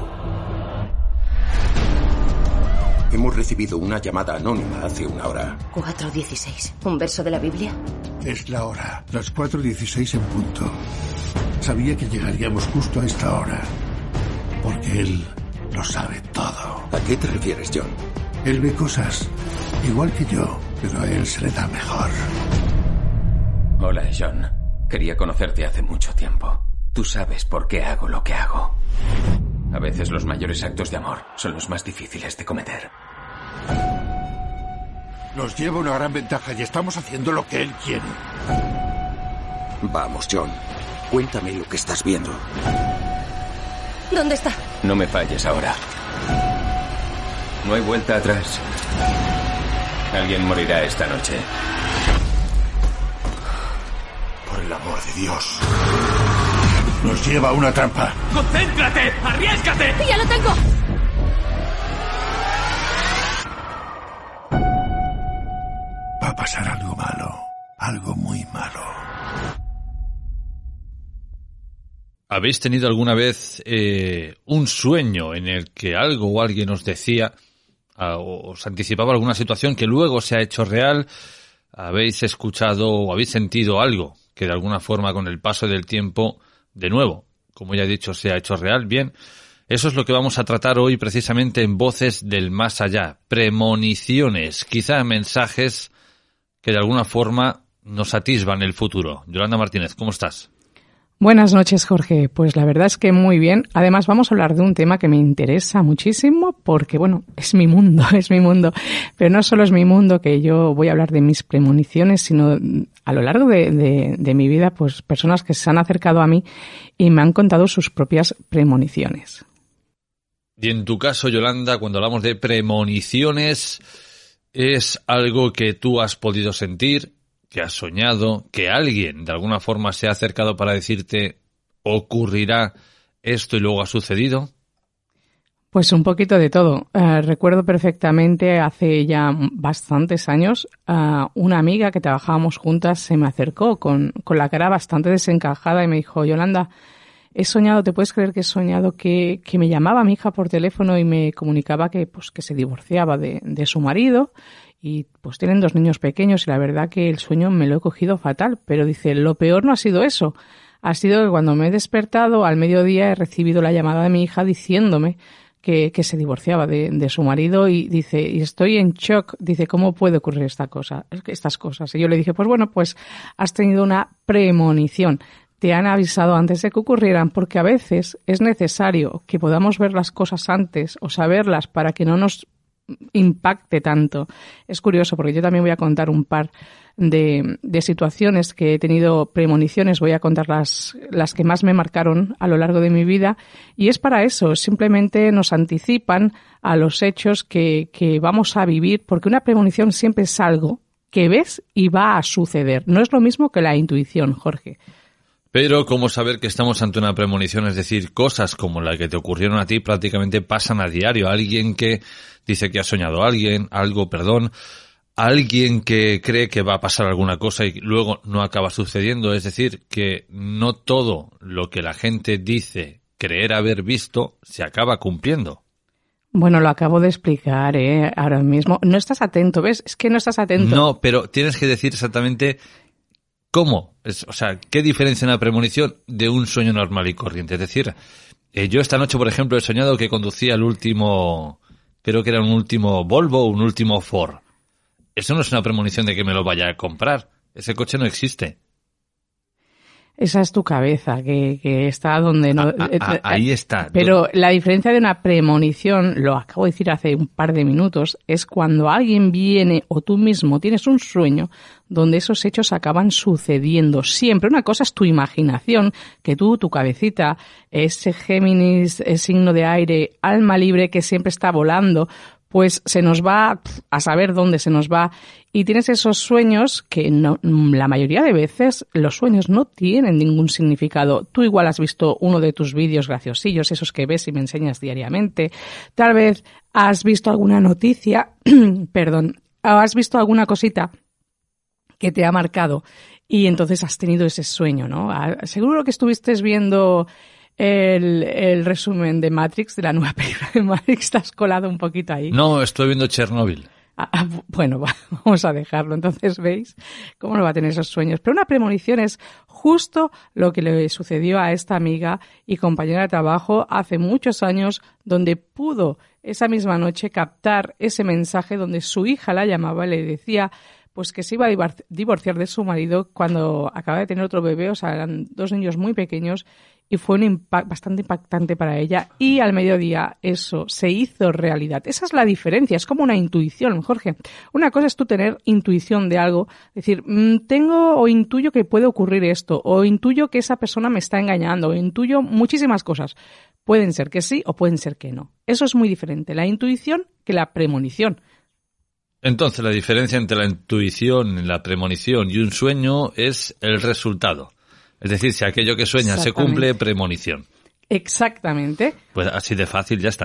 Hemos recibido una llamada anónima hace 1 hora.
4:16. ¿Un verso de la Biblia?
Es la hora. Las 4:16 en punto. Sabía que llegaríamos justo a esta hora. Porque él lo sabe todo.
¿A qué te refieres, John?
Él ve cosas igual que yo, pero a él se le da mejor.
Hola, John. Quería conocerte hace mucho tiempo. Tú sabes por qué hago lo que hago. A veces los mayores actos de amor son los más difíciles de cometer.
Nos lleva una gran ventaja y estamos haciendo lo que él quiere.
Vamos, John. Cuéntame lo que estás viendo.
¿Dónde está?
No me falles ahora. No hay vuelta atrás. Alguien morirá esta noche.
Por el amor de Dios. Nos lleva a una trampa.
¡Concéntrate! ¡Arriésgate!
¡Ya lo tengo!
Va a pasar algo malo. Algo muy malo.
¿Habéis tenido alguna vez un sueño en el que algo o alguien os decía o os anticipaba alguna situación que luego se ha hecho real? ¿Habéis escuchado o habéis sentido algo que de alguna forma con el paso del tiempo, de nuevo, como ya he dicho, se ha hecho real? Bien, eso es lo que vamos a tratar hoy precisamente en Voces del Más Allá. Premoniciones, quizá mensajes que de alguna forma nos atisban el futuro. Yolanda Martínez, ¿cómo estás?
Buenas noches, Jorge. Pues la verdad es que muy bien. Además, vamos a hablar de un tema que me interesa muchísimo porque, bueno, es mi mundo. Pero no solo es mi mundo, que yo voy a hablar de mis premoniciones, sino a lo largo de mi vida, pues personas que se han acercado a mí y me han contado sus propias premoniciones.
Y en tu caso, Yolanda, cuando hablamos de premoniciones, ¿es algo que tú has podido sentir, que has soñado, que alguien de alguna forma se ha acercado para decirte ocurrirá esto y luego ha sucedido?
Pues un poquito de todo. Recuerdo perfectamente hace ya bastantes años una amiga que trabajábamos juntas se me acercó con la cara bastante desencajada y me dijo: Yolanda, he soñado, ¿te puedes creer que he soñado que me llamaba mi hija por teléfono y me comunicaba que se divorciaba de su marido? Y pues tienen 2 niños pequeños y la verdad que el sueño me lo he cogido fatal. Pero dice, lo peor no ha sido eso. Ha sido que cuando me he despertado al mediodía he recibido la llamada de mi hija diciéndome que se divorciaba de su marido y dice, y estoy en shock. Dice, ¿cómo puede ocurrir estas cosas? Y yo le dije, pues bueno, pues has tenido una premonición. Te han avisado antes de que ocurrieran, porque a veces es necesario que podamos ver las cosas antes o saberlas para que no nos impacte tanto. Es curioso porque yo también voy a contar un par de situaciones que he tenido premoniciones. Voy a contar las que más me marcaron a lo largo de mi vida y es para eso, simplemente nos anticipan a los hechos que vamos a vivir, porque una premonición siempre es algo que ves y va a suceder. No es lo mismo que la intuición, Jorge.
Pero ¿cómo saber que estamos ante una premonición? Es decir, cosas como la que te ocurrieron a ti prácticamente pasan a diario. Alguien que dice que ha soñado alguien que cree que va a pasar alguna cosa y luego no acaba sucediendo. Es decir, que no todo lo que la gente dice creer haber visto se acaba cumpliendo.
Bueno, lo acabo de explicar, ahora mismo. No estás atento, ¿ves? Es que no estás atento.
No, pero tienes que decir exactamente ¿cómo? O sea, ¿qué diferencia una premonición de un sueño normal y corriente? Es decir, yo esta noche, por ejemplo, he soñado que conducía el último, creo que era un último Volvo o un último Ford. Eso no es una premonición de que me lo vaya a comprar. Ese coche no existe.
Esa es tu cabeza, que está donde no...
Ahí está.
Pero la diferencia de una premonición, lo acabo de decir hace un par de minutos, es cuando alguien viene o tú mismo tienes un sueño donde esos hechos acaban sucediendo. Siempre una cosa es tu imaginación, que tú, tu cabecita, ese Géminis, el signo de aire, alma libre que siempre está volando, pues se nos va a saber dónde se nos va. Y tienes esos sueños que no, la mayoría de veces los sueños no tienen ningún significado. Tú igual has visto uno de tus vídeos graciosillos, esos que ves y me enseñas diariamente. Tal vez has visto alguna noticia, o has visto alguna cosita que te ha marcado y entonces has tenido ese sueño, ¿no? Seguro que estuviste viendo el resumen de Matrix, de la nueva película de Matrix, te has colado un poquito ahí.
No, estoy viendo Chernobyl.
Bueno, vamos a dejarlo. Entonces, ¿veis cómo no va a tener esos sueños? Pero una premonición es justo lo que le sucedió a esta amiga y compañera de trabajo hace muchos años, donde pudo esa misma noche captar ese mensaje donde su hija la llamaba y le decía pues que se iba a divorciar de su marido cuando acaba de tener otro bebé, o sea, eran 2 niños muy pequeños, y fue bastante impactante para ella, y al mediodía eso se hizo realidad. Esa es la diferencia, es como una intuición, Jorge. Una cosa es tú tener intuición de algo, decir, tengo o intuyo que puede ocurrir esto, o intuyo que esa persona me está engañando, o intuyo muchísimas cosas. Pueden ser que sí o pueden ser que no. Eso es muy diferente, la intuición que la premonición.
Entonces, la diferencia entre la intuición, la premonición y un sueño es el resultado. Es decir, si aquello que sueña se cumple, premonición.
Exactamente.
Pues así de fácil, ya está.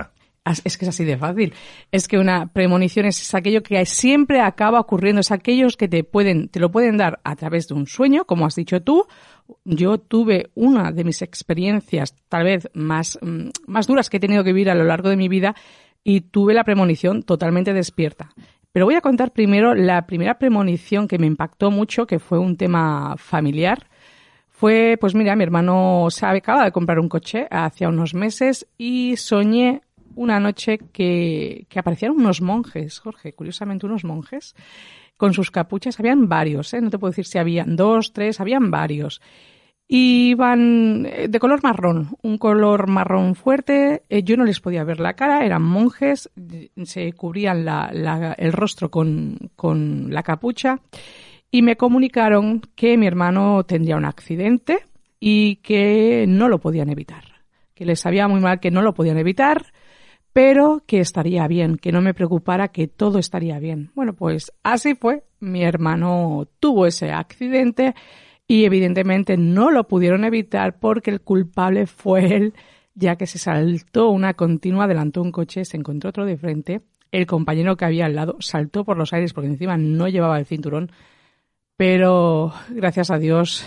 Es que es así de fácil. Es que una premonición es aquello que siempre acaba ocurriendo, es aquellos que te lo pueden dar a través de un sueño, como has dicho tú. Yo tuve una de mis experiencias, tal vez más duras que he tenido que vivir a lo largo de mi vida, y tuve la premonición totalmente despierta. Pero voy a contar primero la primera premonición que me impactó mucho, que fue un tema familiar. Fue, pues mira, mi hermano se acaba de comprar un coche hace unos meses y soñé una noche que aparecieron unos monjes, Jorge, curiosamente unos monjes, con sus capuchas. Habían varios, no te puedo decir si habían 2, 3, habían varios. Y iban de color marrón, un color marrón fuerte. Yo no les podía ver la cara, eran monjes, se cubrían el rostro con la capucha y me comunicaron que mi hermano tendría un accidente y que no lo podían evitar, que les sabía muy mal que no lo podían evitar, pero que estaría bien, que no me preocupara, que todo estaría bien. Bueno, pues así fue. Mi hermano tuvo ese accidente y evidentemente no lo pudieron evitar porque el culpable fue él, ya que se saltó una continua, adelantó un coche, se encontró otro de frente. El compañero que había al lado saltó por los aires porque encima no llevaba el cinturón, pero gracias a Dios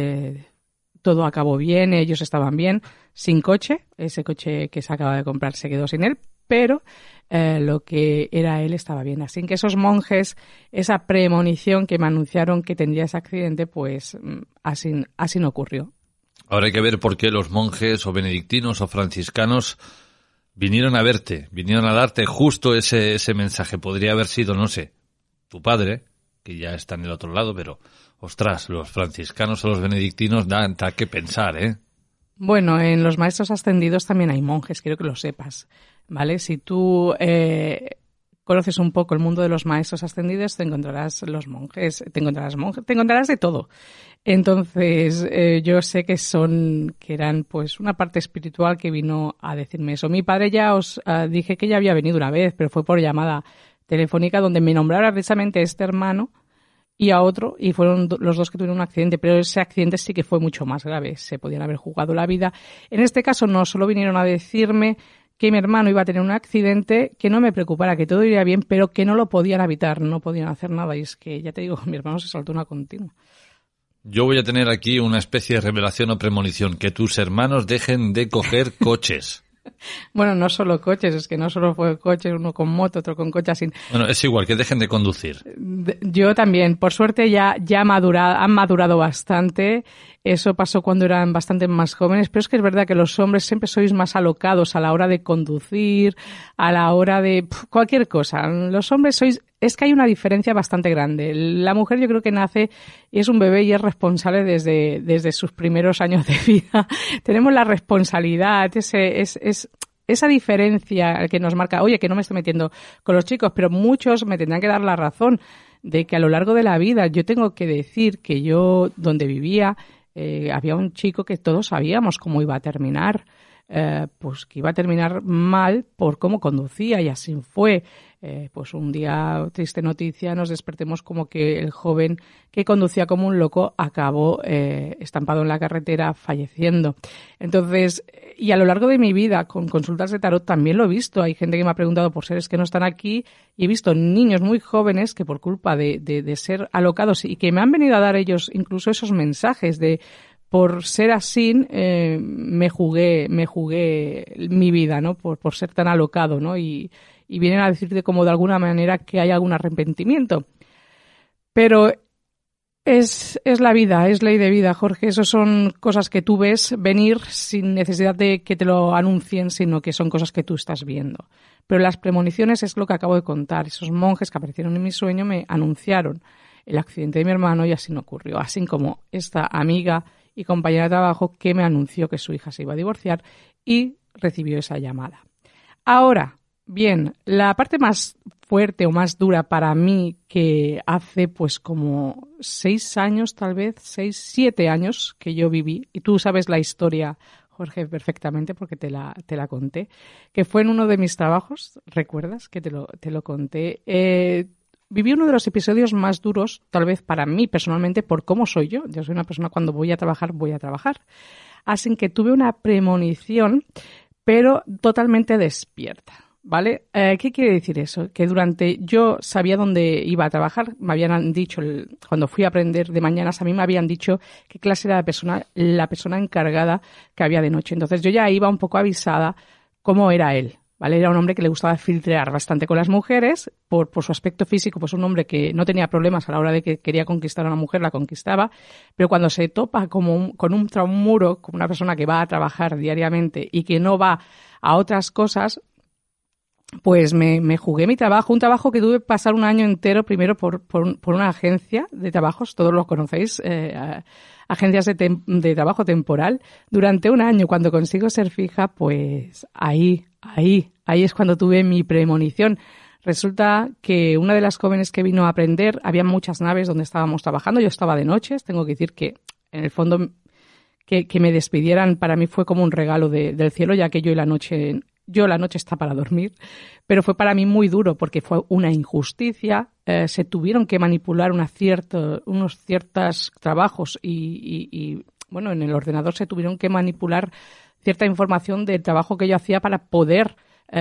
todo acabó bien, ellos estaban bien, sin coche. Ese coche que se acaba de comprar se quedó sin él, pero lo que era él estaba bien. Así que esos monjes, esa premonición que me anunciaron que tendría ese accidente, pues así no ocurrió.
Ahora hay que ver por qué los monjes o benedictinos o franciscanos vinieron a verte, vinieron a darte justo ese mensaje. Podría haber sido, no sé, tu padre, que ya está en el otro lado, pero ostras, los franciscanos o los benedictinos dan que pensar, ¿eh?
Bueno, en los maestros ascendidos también hay monjes, quiero que lo sepas, ¿vale? Si tú conoces un poco el mundo de los maestros ascendidos, te encontrarás los monjes, te encontrarás de todo. Entonces, yo sé que eran pues una parte espiritual que vino a decirme eso. Mi padre ya os dije que ya había venido una vez, pero fue por llamada telefónica donde me nombrara precisamente este hermano y a otro, y fueron los dos que tuvieron un accidente, pero ese accidente sí que fue mucho más grave, se podían haber jugado la vida. En este caso no solo vinieron a decirme que mi hermano iba a tener un accidente, que no me preocupara, que todo iría bien, pero que no lo podían evitar, no podían hacer nada, y es que, ya te digo, mi hermano se saltó una continua.
Yo voy a tener aquí una especie de revelación o premonición, que tus hermanos dejen de coger coches.
Bueno, no solo coches, es que no solo fue coches, uno con moto, otro con coche así.
Bueno, es igual, que dejen de conducir.
Yo también, por suerte ya han madurado bastante. Eso pasó cuando eran bastante más jóvenes, pero es que es verdad que los hombres siempre sois más alocados a la hora de conducir, a la hora de cualquier cosa. Los hombres es que hay una diferencia bastante grande. La mujer yo creo que nace y es un bebé y es responsable desde sus primeros años de vida. Tenemos la responsabilidad, esa diferencia que nos marca, oye, que no me estoy metiendo con los chicos, pero muchos me tendrán que dar la razón de que a lo largo de la vida yo tengo que decir que yo, donde vivía, había un chico que todos sabíamos cómo iba a terminar, pues que iba a terminar mal por cómo conducía, y así fue. Pues un día, triste noticia, nos despertemos como que el joven que conducía como un loco acabó estampado en la carretera, falleciendo. Entonces, y a lo largo de mi vida, con consultas de tarot también lo he visto. Hay gente que me ha preguntado por seres que no están aquí, y he visto niños muy jóvenes que por culpa de ser alocados, y que me han venido a dar ellos incluso esos mensajes de por ser así, me jugué mi vida, ¿no? Por ser tan alocado, ¿no? Y vienen a decirte como de alguna manera que hay algún arrepentimiento. Pero es la vida, es ley de vida, Jorge. Eso son cosas que tú ves venir sin necesidad de que te lo anuncien, sino que son cosas que tú estás viendo. Pero las premoniciones es lo que acabo de contar. Esos monjes que aparecieron en mi sueño me anunciaron el accidente de mi hermano, y así no ocurrió. Así como esta amiga y compañera de trabajo que me anunció que su hija se iba a divorciar y recibió esa llamada. Ahora, bien, la parte más fuerte o más dura para mí, que hace pues como 6 años, tal vez 7 años que yo viví, y tú sabes la historia, Jorge, perfectamente porque te la conté, que fue en uno de mis trabajos, ¿recuerdas? Que te lo conté. Viví uno de los episodios más duros, tal vez para mí personalmente, por cómo soy yo. Yo soy una persona, cuando voy a trabajar. Así que tuve una premonición pero totalmente despierta, ¿vale? ¿Qué quiere decir eso? Que yo sabía dónde iba a trabajar, me habían dicho, cuando fui a aprender de mañanas, a mí me habían dicho qué clase era la persona encargada que había de noche. Entonces yo ya iba un poco avisada cómo era él, ¿vale? Era un hombre que le gustaba filtrear bastante con las mujeres, por su aspecto físico, pues un hombre que no tenía problemas a la hora de que quería conquistar a una mujer, la conquistaba, pero cuando se topa con un muro, como una persona que va a trabajar diariamente y que no va a otras cosas, pues me jugué mi trabajo, un trabajo que tuve que pasar un año entero, primero por una agencia de trabajos, todos lo conocéis, agencias de trabajo temporal, durante un año. Cuando consigo ser fija, pues ahí es cuando tuve mi premonición. Resulta que una de las jóvenes que vino a aprender, había muchas naves donde estábamos trabajando, yo estaba de noches, tengo que decir que en el fondo que me despidieran para mí fue como un regalo del cielo, ya que la noche está para dormir, pero fue para mí muy duro porque fue una injusticia, se tuvieron que manipular unos ciertos trabajos y bueno, en el ordenador se tuvieron que manipular cierta información del trabajo que yo hacía para poder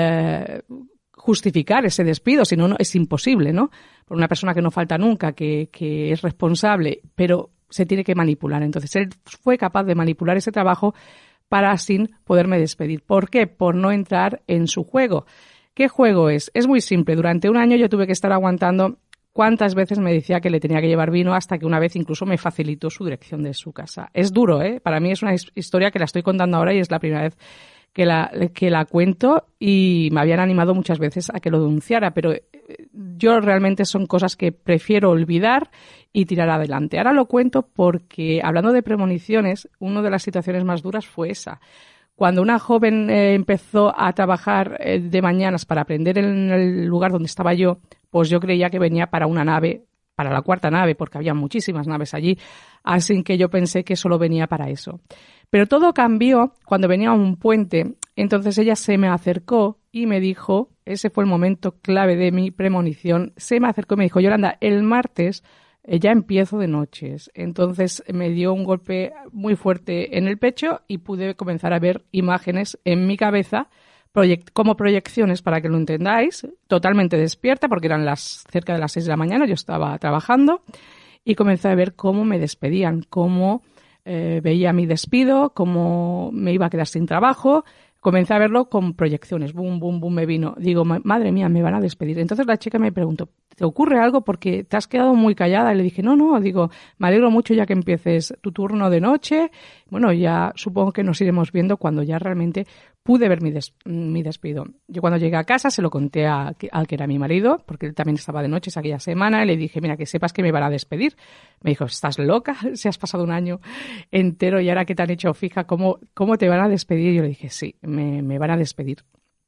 justificar ese despido, si no es imposible, ¿no? Por una persona que no falta nunca, que es responsable, pero se tiene que manipular. Entonces él fue capaz de manipular ese trabajo para así poderme despedir. ¿Por qué? Por no entrar en su juego. ¿Qué juego es? Es muy simple. Durante un año yo tuve que estar aguantando cuántas veces me decía que le tenía que llevar vino, hasta que una vez incluso me facilitó su dirección de su casa. Es duro, ¿eh? Para mí es una historia que la estoy contando ahora y es la primera vez que la cuento, y me habían animado muchas veces a que lo denunciara, pero yo realmente son cosas que prefiero olvidar y tirar adelante. Ahora lo cuento porque, hablando de premoniciones, una de las situaciones más duras fue esa. Cuando una joven empezó a trabajar de mañanas para aprender en el lugar donde estaba yo, pues yo creía que venía para una nave, para la cuarta nave, porque había muchísimas naves allí, así que yo pensé que solo venía para eso. Pero todo cambió cuando venía a un puente. Entonces ella se me acercó y me dijo, ese fue el momento clave de mi premonición, se me acercó y me dijo: Yolanda, el martes ya empiezo de noches. Entonces me dio un golpe muy fuerte en el pecho y pude comenzar a ver imágenes en mi cabeza, como proyecciones, para que lo entendáis, totalmente despierta, porque eran cerca de las 6 de la mañana, yo estaba trabajando, y comencé a ver cómo me despedían, cómo veía mi despido, cómo me iba a quedar sin trabajo. Comencé a verlo con proyecciones, boom, boom, boom, me vino. Digo, madre mía, me van a despedir. Entonces la chica me preguntó, ¿te ocurre algo? Porque te has quedado muy callada. Y le dije, no, digo, me alegro mucho ya que empieces tu turno de noche. Bueno, ya supongo que nos iremos viendo cuando ya realmente pude ver mi despido. Yo cuando llegué a casa se lo conté al que era mi marido, porque él también estaba de noches aquella semana, y le dije, mira, que sepas que me van a despedir. Me dijo, ¿estás loca? Si has pasado un año entero y ahora que te han hecho fija, ¿cómo te van a despedir? Y yo le dije, sí, me van a despedir.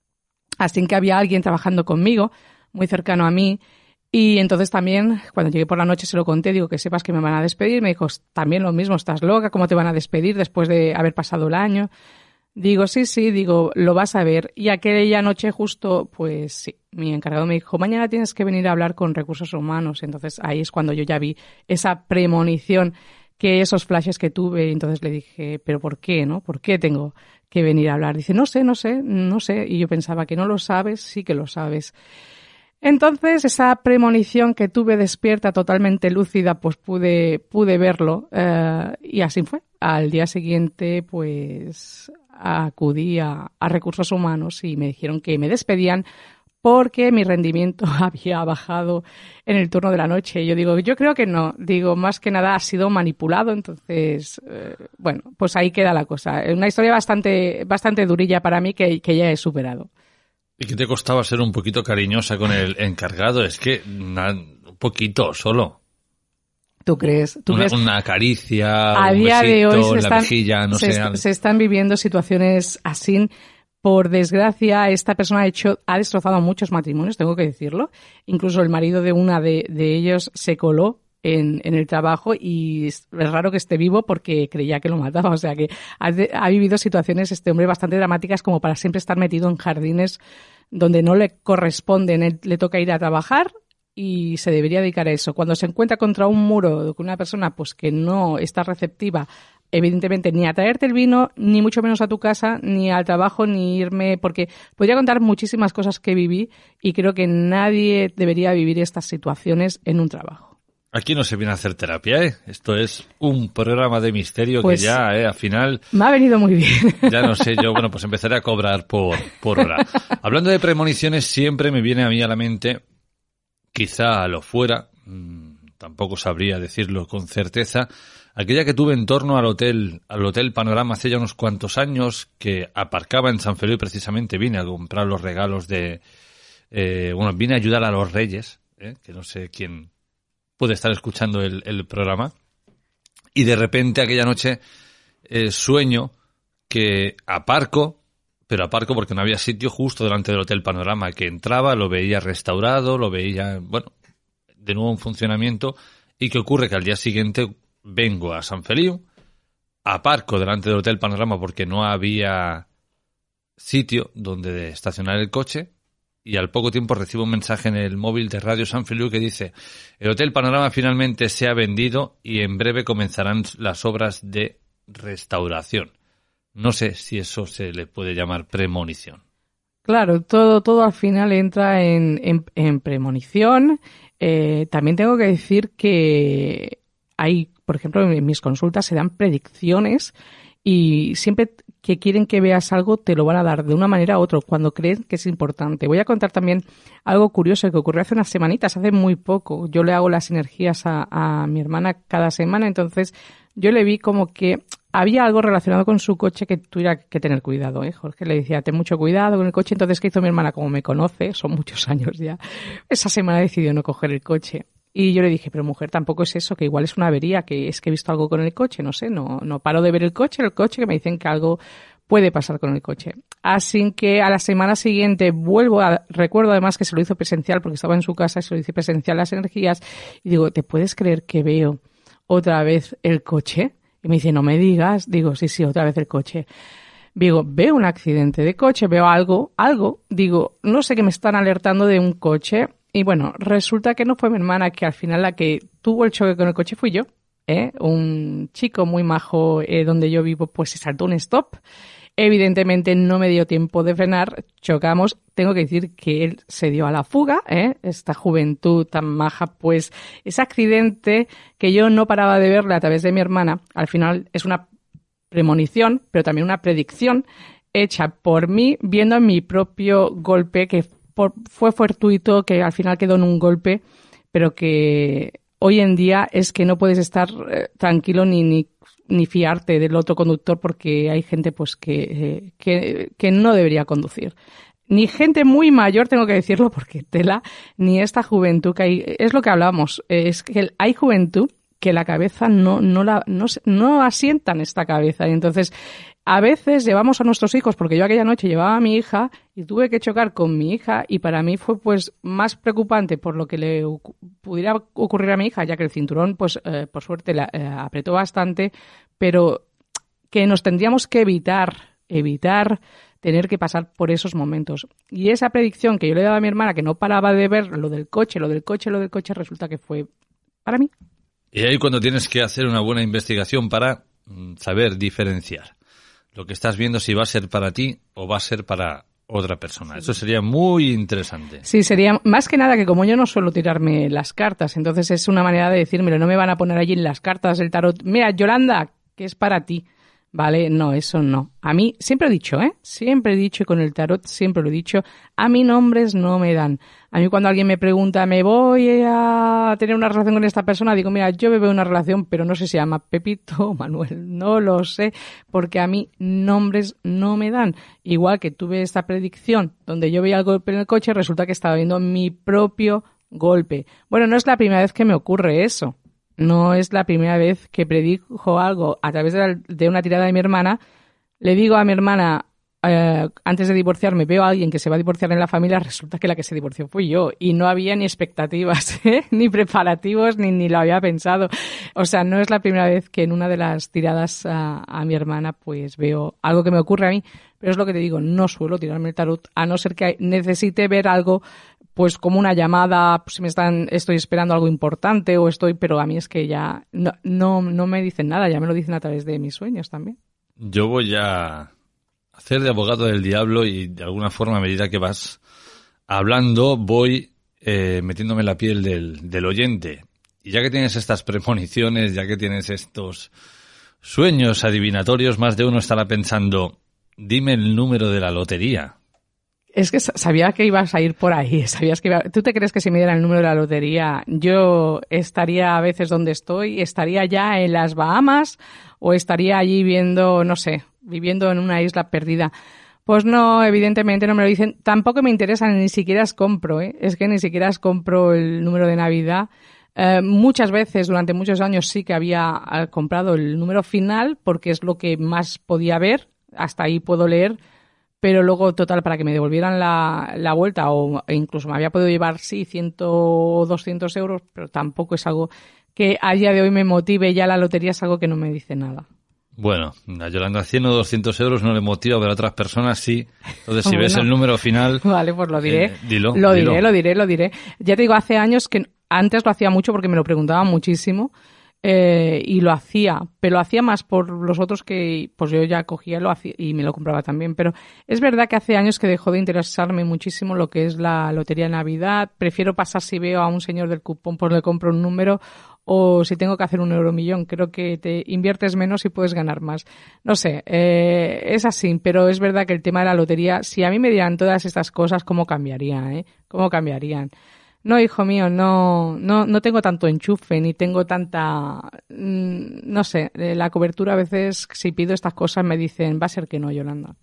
Así que había alguien trabajando conmigo, muy cercano a mí, y entonces también, cuando llegué por la noche se lo conté, digo, que sepas que me van a despedir. Me dijo, también lo mismo, ¿estás loca? ¿Cómo te van a despedir después de haber pasado el año? Digo, sí, digo, lo vas a ver. Y aquella noche justo, pues sí, mi encargado me dijo, mañana tienes que venir a hablar con recursos humanos. Entonces ahí es cuando yo ya vi esa premonición, que esos flashes que tuve. Entonces le dije, ¿pero por qué, no? ¿Por qué tengo que venir a hablar? Dice, no sé. Y yo pensaba, que no lo sabes, sí que lo sabes. Entonces, esa premonición que tuve despierta, totalmente lúcida, pues pude verlo, y así fue. Al día siguiente, pues acudí a recursos humanos y me dijeron que me despedían porque mi rendimiento había bajado en el turno de la noche. Y yo digo, yo creo que no. Digo, más que nada ha sido manipulado. Entonces, bueno, pues ahí queda la cosa. Una historia bastante durilla para mí que ya he superado.
¿Y qué te costaba ser un poquito cariñosa con el encargado? Es que un poquito solo.
¿Tú crees?
Una caricia,
a
un
día
besito
de hoy
en la mejilla, no sé.
Se están viviendo situaciones así. Por desgracia, esta persona ha destrozado muchos matrimonios, tengo que decirlo. Incluso el marido de una de ellos se coló en el trabajo, y es raro que esté vivo porque creía que lo mataba. O sea que ha vivido situaciones este hombre bastante dramáticas, como para siempre estar metido en jardines donde no le corresponden. Le toca ir a trabajar y se debería dedicar a eso. Cuando se encuentra contra un muro con una persona pues que no está receptiva evidentemente, ni a traerte el vino, ni mucho menos a tu casa, ni al trabajo, ni irme, porque podría contar muchísimas cosas que viví y creo que nadie debería vivir estas situaciones en un trabajo.
Aquí no se viene a hacer terapia, ¿eh? Esto es un programa de misterio
pues
que ya, al final...
Me ha venido muy bien.
Ya no sé, yo, bueno, pues empezaré a cobrar por hora. Hablando de premoniciones, siempre me viene a mí a la mente, quizá lo fuera, tampoco sabría decirlo con certeza, aquella que tuve en torno al hotel Panorama hace ya unos cuantos años, que aparcaba en San Feliu y precisamente vine a comprar los regalos vine a ayudar a los Reyes, que no sé quién puede estar escuchando el programa, y de repente aquella noche sueño que aparco porque no había sitio justo delante del Hotel Panorama, que entraba, lo veía restaurado, lo veía, de nuevo en funcionamiento, y que ocurre que al día siguiente vengo a San Feliu, aparco delante del Hotel Panorama porque no había sitio donde estacionar el coche, y al poco tiempo recibo un mensaje en el móvil de Radio San Feliu que dice: el Hotel Panorama finalmente se ha vendido y en breve comenzarán las obras de restauración. No sé si eso se le puede llamar premonición.
Claro, todo al final entra en premonición. También tengo que decir que hay, por ejemplo, en mis consultas se dan predicciones y siempre que quieren que veas algo te lo van a dar de una manera u otra cuando creen que es importante. Voy a contar también algo curioso que ocurrió hace unas semanitas, hace muy poco. Yo le hago las energías a mi hermana cada semana, entonces yo le vi como que había algo relacionado con su coche que tuviera que tener cuidado, Jorge le decía, ten mucho cuidado con el coche. Entonces, ¿qué hizo mi hermana? Como me conoce, son muchos años ya, esa semana decidió no coger el coche. Y yo le dije, pero mujer, tampoco es eso, que igual es una avería, que es que he visto algo con el coche, no sé, no paro de ver el coche que me dicen que algo puede pasar con el coche. Así que a la semana siguiente recuerdo además que se lo hizo presencial porque estaba en su casa y se lo hice presencial las energías y digo, ¿te puedes creer que veo otra vez el coche? Y me dice, no me digas. Digo, sí, otra vez el coche. Digo, veo un accidente de coche, veo algo. Digo, no sé, que me están alertando de un coche. Y bueno, resulta que no fue mi hermana, que al final la que tuvo el choque con el coche fui yo. Un chico muy majo donde yo vivo, pues se saltó un stop. Evidentemente no me dio tiempo de frenar, chocamos. Tengo que decir que él se dio a la fuga, esta juventud tan maja, pues ese accidente que yo no paraba de verle a través de mi hermana, al final es una premonición, pero también una predicción hecha por mí, viendo mi propio golpe, que fue fortuito, que al final quedó en un golpe, pero que hoy en día es que no puedes estar tranquilo ni fiarte del otro conductor, porque hay gente pues que no debería conducir. Ni gente muy mayor, tengo que decirlo, porque tela, ni esta juventud que hay. Es lo que hablábamos, es que hay juventud que la cabeza no asientan esta cabeza. Y entonces, a veces llevamos a nuestros hijos, porque yo aquella noche llevaba a mi hija y tuve que chocar con mi hija, y para mí fue pues más preocupante por lo que le pudiera ocurrir a mi hija, ya que el cinturón pues por suerte apretó bastante, pero que nos tendríamos que evitar tener que pasar por esos momentos. Y esa predicción que yo le daba a mi hermana, que no paraba de ver lo del coche, resulta que fue para mí.
Y ahí cuando tienes que hacer una buena investigación para saber diferenciar lo que estás viendo, si va a ser para ti o va a ser para otra persona. Eso sería muy interesante.
Sí, sería más que nada que como yo no suelo tirarme las cartas, entonces es una manera de decírmelo. No me van a poner allí en las cartas del tarot, mira, Yolanda, que es para ti. Vale, no, eso no. A mí, siempre he dicho, y con el tarot siempre lo he dicho, a mí nombres no me dan. A mí cuando alguien me pregunta, ¿me voy a tener una relación con esta persona? Digo, mira, yo me veo una relación, pero no sé si se llama Pepito o Manuel, no lo sé, porque a mí nombres no me dan. Igual que tuve esta predicción donde yo veía el golpe en el coche, resulta que estaba viendo mi propio golpe. Bueno, no es la primera vez que me ocurre eso. No es la primera vez que predijo algo a través de una tirada de mi hermana. Le digo a mi hermana, antes de divorciarme, veo a alguien que se va a divorciar en la familia, resulta que la que se divorció fui yo. Y no había ni expectativas, ni preparativos, ni lo había pensado. O sea, no es la primera vez que en una de las tiradas a mi hermana pues veo algo que me ocurre a mí. Pero es lo que te digo, no suelo tirarme el tarot, a no ser que necesite ver algo pues como una llamada, pues estoy esperando algo importante pero a mí es que ya no me dicen nada, ya me lo dicen a través de mis sueños también.
Yo voy a hacer de abogado del diablo y de alguna forma, a medida que vas hablando, voy metiéndome en la piel del oyente. Y ya que tienes estas premoniciones, ya que tienes estos sueños adivinatorios, más de uno estará pensando, dime el número de la lotería.
Es que sabía que ibas a ir por ahí. ¿Tú te crees que si me dieran el número de la lotería, yo estaría a veces donde estoy, estaría ya en las Bahamas o estaría allí viviendo en una isla perdida? Pues no, evidentemente no me lo dicen. Tampoco me interesa, ni siquiera compro, Es que ni siquiera compro el número de Navidad. Muchas veces, durante muchos años, sí que había comprado el número final porque es lo que más podía ver. Hasta ahí puedo leer. Pero luego, total, para que me devolvieran la vuelta e incluso me había podido llevar, 100 o 200 euros, pero tampoco es algo que a día de hoy me motive. Ya la lotería es algo que no me dice nada.
Bueno, a Yolanda 100 o 200 euros no le motiva, pero a otras personas sí. Entonces, si ves el número final...
Vale, pues lo diré.
Dilo.
Lo diré. Ya te digo, hace años que antes lo hacía mucho porque me lo preguntaban muchísimo. Y lo hacía, pero lo hacía más por los otros que pues yo ya cogía lo hacía, y me lo compraba también. Pero es verdad que hace años que dejó de interesarme muchísimo lo que es la lotería de Navidad. Prefiero pasar, si veo a un señor del cupón, pues le compro un número, o si tengo que hacer un euromillón. Creo que te inviertes menos y puedes ganar más. No sé, es así, pero es verdad que el tema de la lotería, si a mí me dieran todas estas cosas, ¿cómo cambiarían? ¿Cómo cambiarían? No, hijo mío, no tengo tanto enchufe, ni tengo tanta, no sé, la cobertura a veces, si pido estas cosas me dicen, va a ser que no, Yolanda.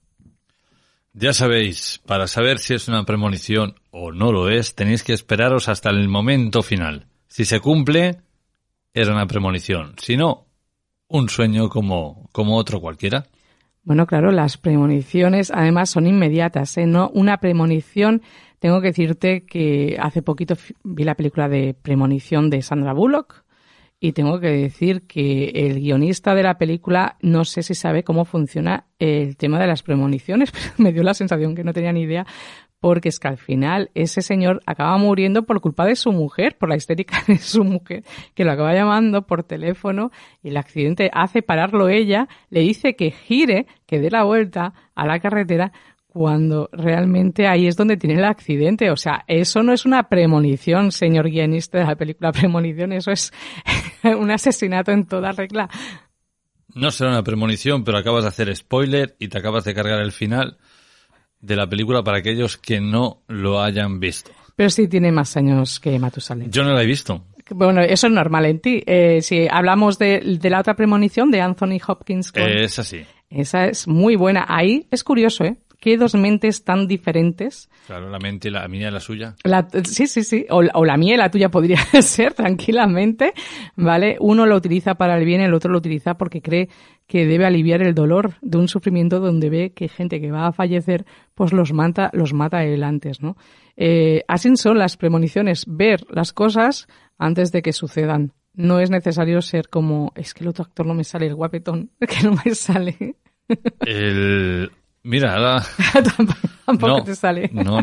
Ya sabéis, para saber si es una premonición o no lo es, tenéis que esperaros hasta el momento final. Si se cumple, era una premonición. Si no, un sueño como otro cualquiera.
Bueno, claro, las premoniciones además son inmediatas, No, una premonición. Tengo que decirte que hace poquito vi la película de Premonición de Sandra Bullock y tengo que decir que el guionista de la película no sé si sabe cómo funciona el tema de las premoniciones, pero me dio la sensación que no tenía ni idea, porque es que al final ese señor acaba muriendo por culpa de su mujer, por la histérica de su mujer, que lo acaba llamando por teléfono y el accidente hace pararlo ella, le dice que gire, que dé la vuelta a la carretera, cuando realmente ahí es donde tiene el accidente. O sea, eso no es una premonición, señor guionista de la película Premonición, eso es un asesinato en toda regla.
No será una premonición, pero acabas de hacer spoiler y te acabas de cargar el final de la película para aquellos que no lo hayan visto.
Pero sí tiene más años que Matusalén.
Yo no la he visto.
Bueno, eso es normal en ti. Si hablamos de la otra premonición de Anthony Hopkins.
Es así.
Esa es muy buena. Ahí es curioso, ¿Qué dos mentes tan diferentes?
Claro, la mente, la mía y la suya.
Sí. O la mía y la tuya podría ser, tranquilamente, ¿vale? Uno lo utiliza para el bien, el otro lo utiliza porque cree que debe aliviar el dolor de un sufrimiento donde ve que gente que va a fallecer, pues los mata él antes, ¿no? Así son las premoniciones, ver las cosas antes de que sucedan. No es necesario ser como, es que el otro actor no me sale, el guapetón, que no me sale.
Mira, ahora...
Tampoco te sale.
No.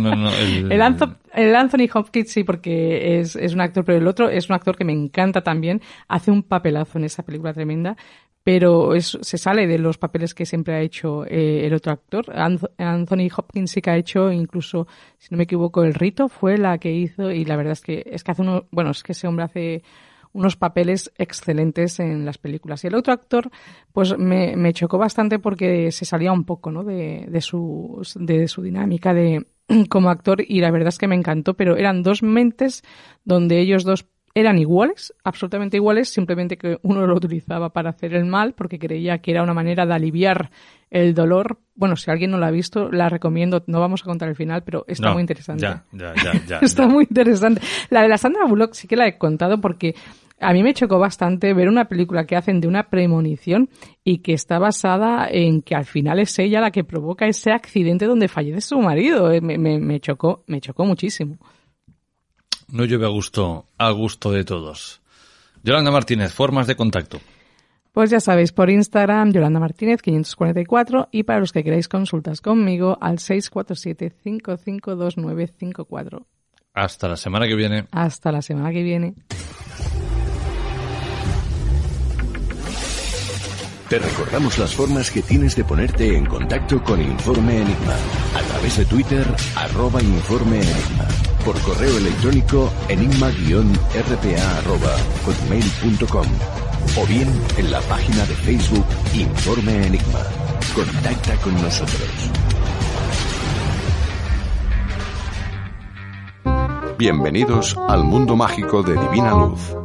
El Anthony Hopkins sí, porque es un actor, pero el otro es un actor que me encanta también. Hace un papelazo en esa película tremenda, pero se sale de los papeles que siempre ha hecho el otro actor. Anthony Hopkins sí que ha hecho, incluso, si no me equivoco, El Rito fue la que hizo, y la verdad es que hace es que ese hombre hace unos papeles excelentes en las películas. Y el otro actor, pues me chocó bastante porque se salía un poco, ¿no? de su dinámica como actor, y la verdad es que me encantó, pero eran dos mentes donde ellos dos eran iguales, absolutamente iguales, simplemente que uno lo utilizaba para hacer el mal porque creía que era una manera de aliviar el dolor. Bueno, si alguien no la ha visto, la recomiendo. No vamos a contar el final, pero está muy interesante.
Ya.
Está muy interesante. La de la Sandra Bullock sí que la he contado porque a mí me chocó bastante ver una película que hacen de una premonición y que está basada en que al final es ella la que provoca ese accidente donde fallece su marido. Me chocó muchísimo.
No llueve a gusto de todos. Yolanda Martínez, formas de contacto.
Pues ya sabéis, por Instagram, Yolanda Martínez 544, y para los que queráis consultas conmigo, al 647-552954.
Hasta la semana que viene.
Hasta la semana que viene.
Te recordamos las formas que tienes de ponerte en contacto con Informe Enigma. A través de Twitter, @Informe Enigma. Por correo electrónico, enigma-rpa@hotmail.com. O bien en la página de Facebook Informe Enigma. Contacta con nosotros.
Bienvenidos al mundo mágico de Divina Luz.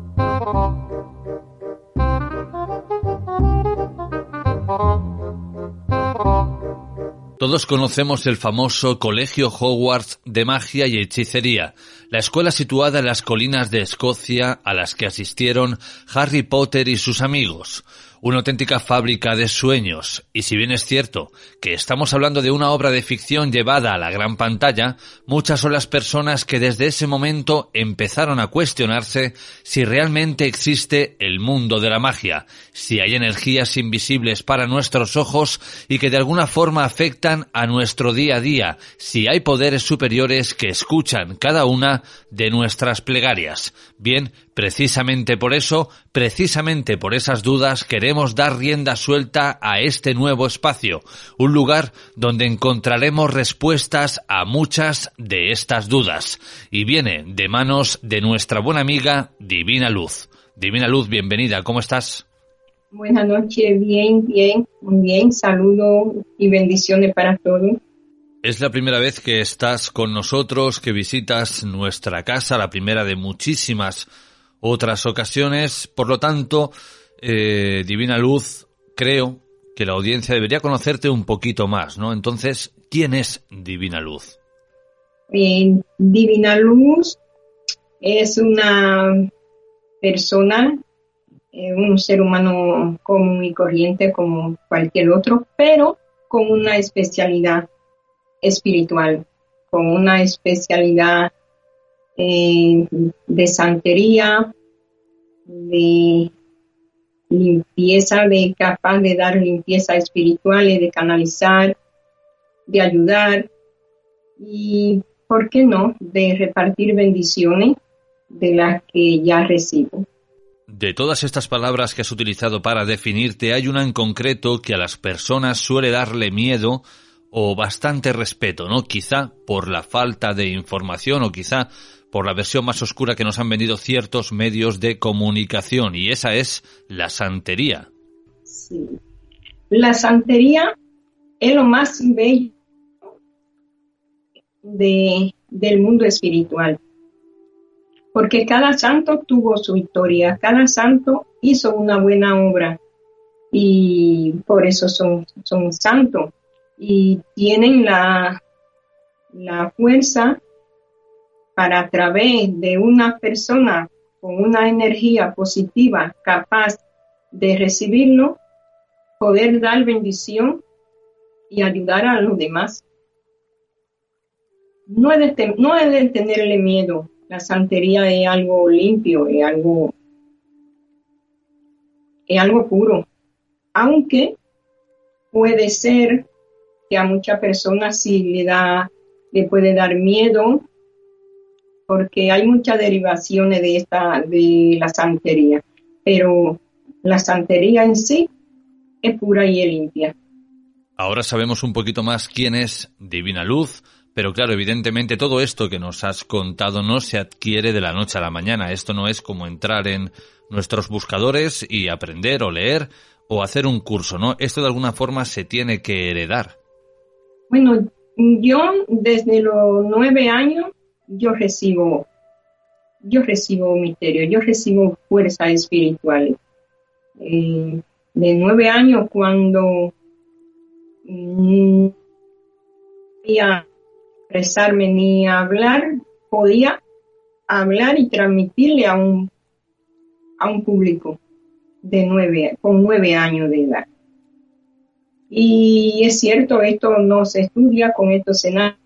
Todos conocemos el famoso Colegio Hogwarts de Magia y Hechicería, la escuela situada en las colinas de Escocia a las que asistieron Harry Potter y sus amigos. Una auténtica fábrica de sueños, y si bien es cierto que estamos hablando de una obra de ficción llevada a la gran pantalla, muchas son las personas que desde ese momento empezaron a cuestionarse si realmente existe el mundo de la magia, si hay energías invisibles para nuestros ojos y que de alguna forma afectan a nuestro día a día, si hay poderes superiores que escuchan cada una de nuestras plegarias. Bien, precisamente por eso, precisamente por esas dudas, queremos dar rienda suelta a este nuevo espacio, un lugar donde encontraremos respuestas a muchas de estas dudas, y viene de manos de nuestra buena amiga Divina Luz. Divina Luz, bienvenida, ¿cómo estás?
Buenas noches, bien, muy bien, saludos y bendiciones para todos.
Es la primera vez que estás con nosotros, que visitas nuestra casa, la primera de muchísimas otras ocasiones. Por lo tanto, Divina Luz, creo que la audiencia debería conocerte un poquito más, ¿no? Entonces, ¿quién es Divina Luz?
Divina Luz es una persona, un ser humano común y corriente como cualquier otro, pero con una especialidad espiritual, con una especialidad de santería, de limpieza, capaz de dar limpieza espiritual, de canalizar, de ayudar y, ¿por qué no?, de repartir bendiciones de las que ya recibo.
De todas estas palabras que has utilizado para definirte, hay una en concreto que a las personas suele darle miedo o bastante respeto, ¿no? Quizá por la falta de información o quizá por la versión más oscura que nos han vendido ciertos medios de comunicación, y esa es la santería.
Sí. La santería es lo más bello del mundo espiritual, porque cada santo tuvo su historia, cada santo hizo una buena obra y por eso son santos. Y tienen la fuerza para, a través de una persona con una energía positiva capaz de recibirlo, poder dar bendición y ayudar a los demás. No es de tenerle miedo. La santería es algo limpio, es algo puro. Aunque puede ser que a muchas personas sí le puede dar miedo, porque hay muchas derivaciones de la santería, pero la santería en sí es pura y es limpia.
Ahora sabemos un poquito más quién es Divina Luz, pero claro, evidentemente todo esto que nos has contado no se adquiere de la noche a la mañana. Esto no es como entrar en nuestros buscadores y aprender o leer o hacer un curso, ¿no? Esto de alguna forma se tiene que heredar.
Bueno, yo desde los 9 años yo recibo misterio, yo recibo fuerzas espirituales. De 9 años, cuando no podía expresarme ni hablar, podía hablar y transmitirle a un público con 9 años de edad. Y es cierto, esto no se estudia, con esto se nace.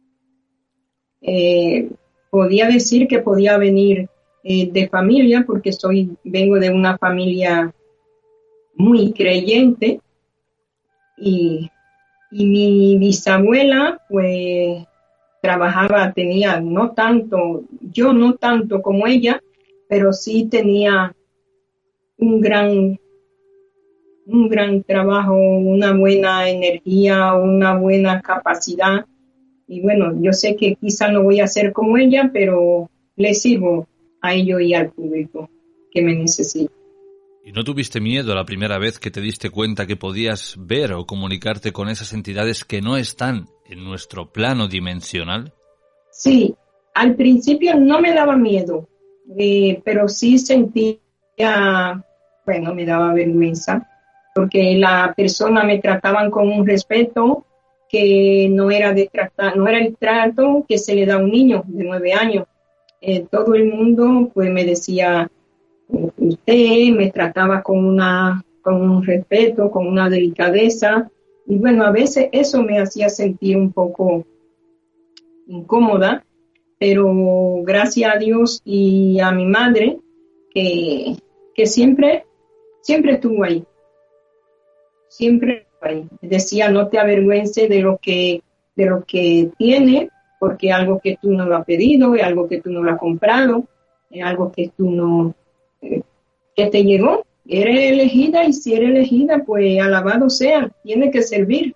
Podía decir que podía venir de familia, porque vengo de una familia muy creyente, y mi bisabuela pues trabajaba, tenía yo no tanto como ella, pero sí tenía un gran trabajo, una buena energía, una buena capacidad. Y bueno, yo sé que quizá no voy a ser como ella, pero le sirvo a ello y al público que me necesita.
¿Y no tuviste miedo la primera vez que te diste cuenta que podías ver o comunicarte con esas entidades que no están en nuestro plano dimensional?
Sí, al principio no me daba miedo, pero sí sentía, me daba vergüenza, porque la persona me trataban con un respeto que no era el trato que se le da a un niño de 9 años. Todo el mundo pues me decía, usted me trataba con un respeto, con una delicadeza, y bueno, a veces eso me hacía sentir un poco incómoda, pero gracias a Dios y a mi madre que siempre estuvo ahí. Siempre decía, no te avergüences de lo que tienes, porque es algo que tú no lo has pedido, es algo que tú no lo has comprado, es algo que tú no, que te llegó. Eres elegida, y si eres elegida, pues alabado sea, tiene que servir.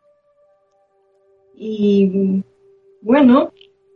Y bueno,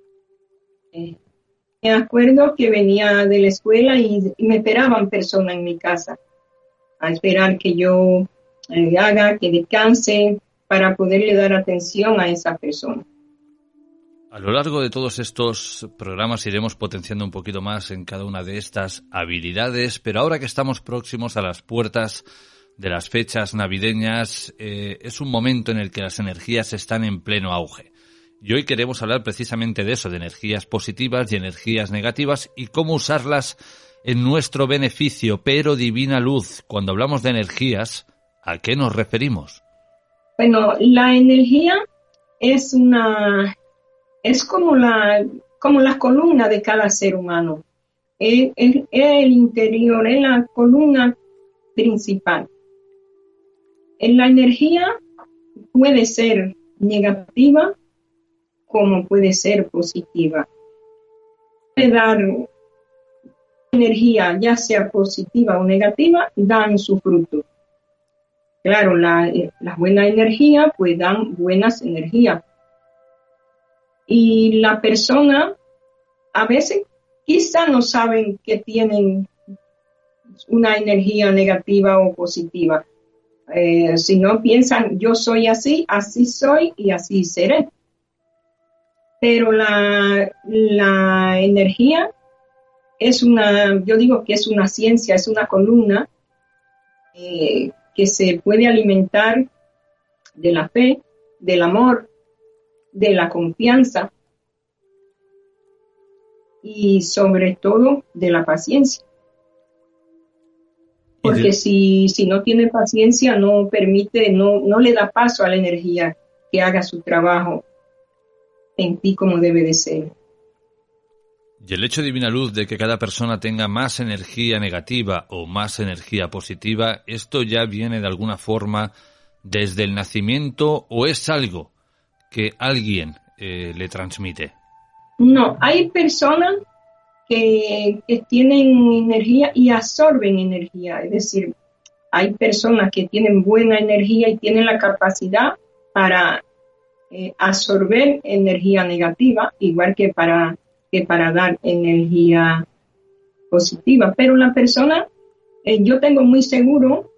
me acuerdo que venía de la escuela y me esperaban personas en mi casa a esperar que yo que descanse para poderle dar atención a esa persona.
A lo largo de todos estos programas iremos potenciando un poquito más en cada una de estas habilidades, pero ahora que estamos próximos a las puertas de las fechas navideñas, es un momento en el que las energías están en pleno auge. Y hoy queremos hablar precisamente de eso, de energías positivas y energías negativas y cómo usarlas en nuestro beneficio. Pero Divina Luz, cuando hablamos de energías, ¿a qué nos referimos?
Bueno, la energía es como la columna de cada ser humano. Es el interior, es la columna principal. La energía puede ser negativa como puede ser positiva. Puede dar energía, ya sea positiva o negativa, dan su fruto. Claro, las buenas energías pues dan buenas energías. Y la persona a veces quizá no saben que tienen una energía negativa o positiva. Si no piensan, yo soy así soy y así seré. Pero la energía yo digo que es una ciencia, es una columna que se puede alimentar de la fe, del amor, de la confianza y sobre todo de la paciencia. Porque si no tiene paciencia, no le da paso a la energía que haga su trabajo en ti como debe de ser.
Y el hecho, Divina Luz, de que cada persona tenga más energía negativa o más energía positiva, ¿esto ya viene de alguna forma desde el nacimiento o es algo que alguien le transmite?
No, hay personas que tienen energía y absorben energía. Es decir, hay personas que tienen buena energía y tienen la capacidad para absorber energía negativa, igual que para dar energía positiva. Pero la persona, yo tengo muy seguro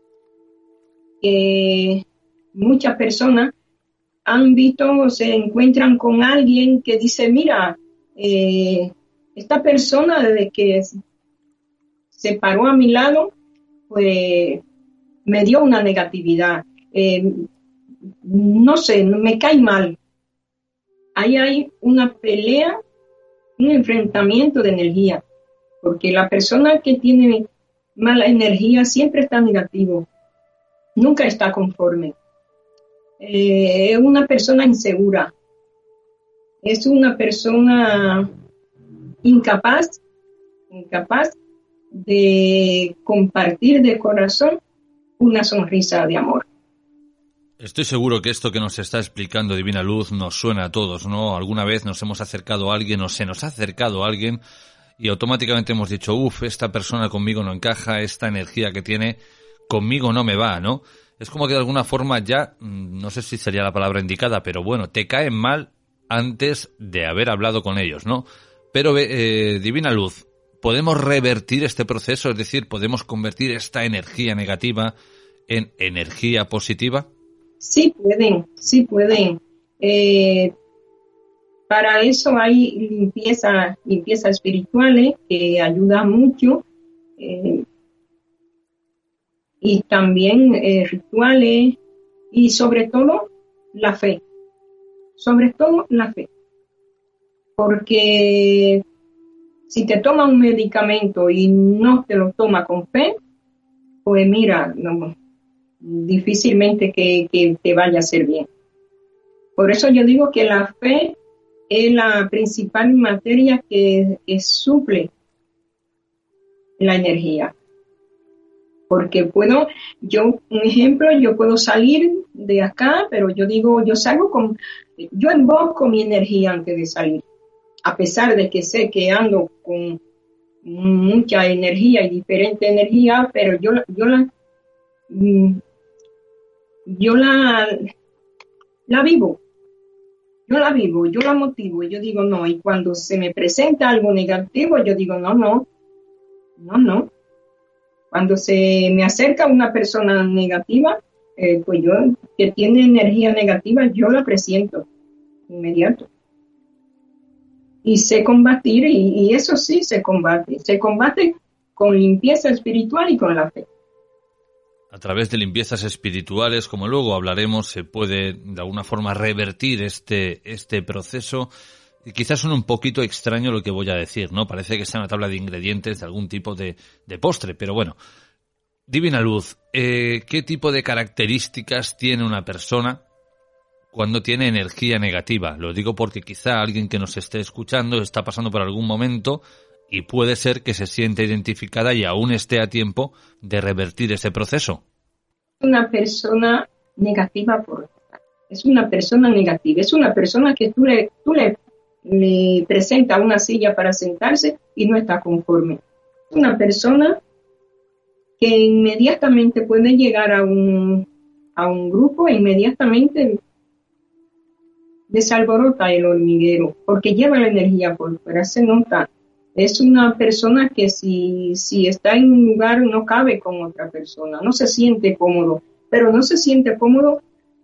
que muchas personas han visto o se encuentran con alguien que dice, mira, esta persona desde que se paró a mi lado, pues me dio una negatividad. No sé, me cae mal. Ahí hay una pelea, un enfrentamiento de energía, porque la persona que tiene mala energía siempre está negativo, nunca está conforme. Es una persona insegura, es una persona incapaz de compartir de corazón una sonrisa de amor.
Estoy seguro que esto que nos está explicando Divina Luz nos suena a todos, ¿no? Alguna vez nos hemos acercado a alguien o se nos ha acercado a alguien y automáticamente hemos dicho, esta persona conmigo no encaja, esta energía que tiene conmigo no me va, ¿no? Es como que de alguna forma ya, no sé si sería la palabra indicada, pero bueno, te caen mal antes de haber hablado con ellos, ¿no? Pero, Divina Luz, ¿podemos revertir este proceso? Es decir, ¿podemos convertir esta energía negativa en energía positiva?
Sí pueden. Para eso hay limpieza espirituales que ayudan mucho, y también rituales, y sobre todo la fe. Porque si te tomas un medicamento y no te lo tomas con fe, pues mira, no, difícilmente que te vaya a hacer bien. Por eso yo digo que la fe es la principal materia que suple la energía. Porque un ejemplo, yo puedo salir de acá, pero yo invoco mi energía antes de salir. A pesar de que sé que ando con mucha energía y diferente energía, pero yo la vivo, yo la motivo, yo digo no, y cuando se me presenta algo negativo, yo digo no. Cuando se me acerca una persona negativa, pues yo, que tiene energía negativa, yo la presiento inmediato. Y sé combatir, y eso sí se combate con limpieza espiritual y con la fe.
A través de limpiezas espirituales, como luego hablaremos, se puede de alguna forma revertir este proceso. Y quizás suene un poquito extraño lo que voy a decir, ¿no? Parece que sea una tabla de ingredientes de algún tipo de postre, pero bueno. Divina Luz, ¿qué tipo de características tiene una persona cuando tiene energía negativa? Lo digo porque quizá alguien que nos esté escuchando está pasando por algún momento y puede ser que se sienta identificada y aún esté a tiempo de revertir ese proceso.
Una persona negativa es una persona negativa, es una persona que tú le presenta una silla para sentarse y no está conforme. Es una persona que inmediatamente puede llegar a un grupo e inmediatamente desalborota el hormiguero, porque lleva la energía por fuera, se nota. Es una persona que si está en un lugar no cabe con otra persona, no se siente cómodo, pero no se siente cómodo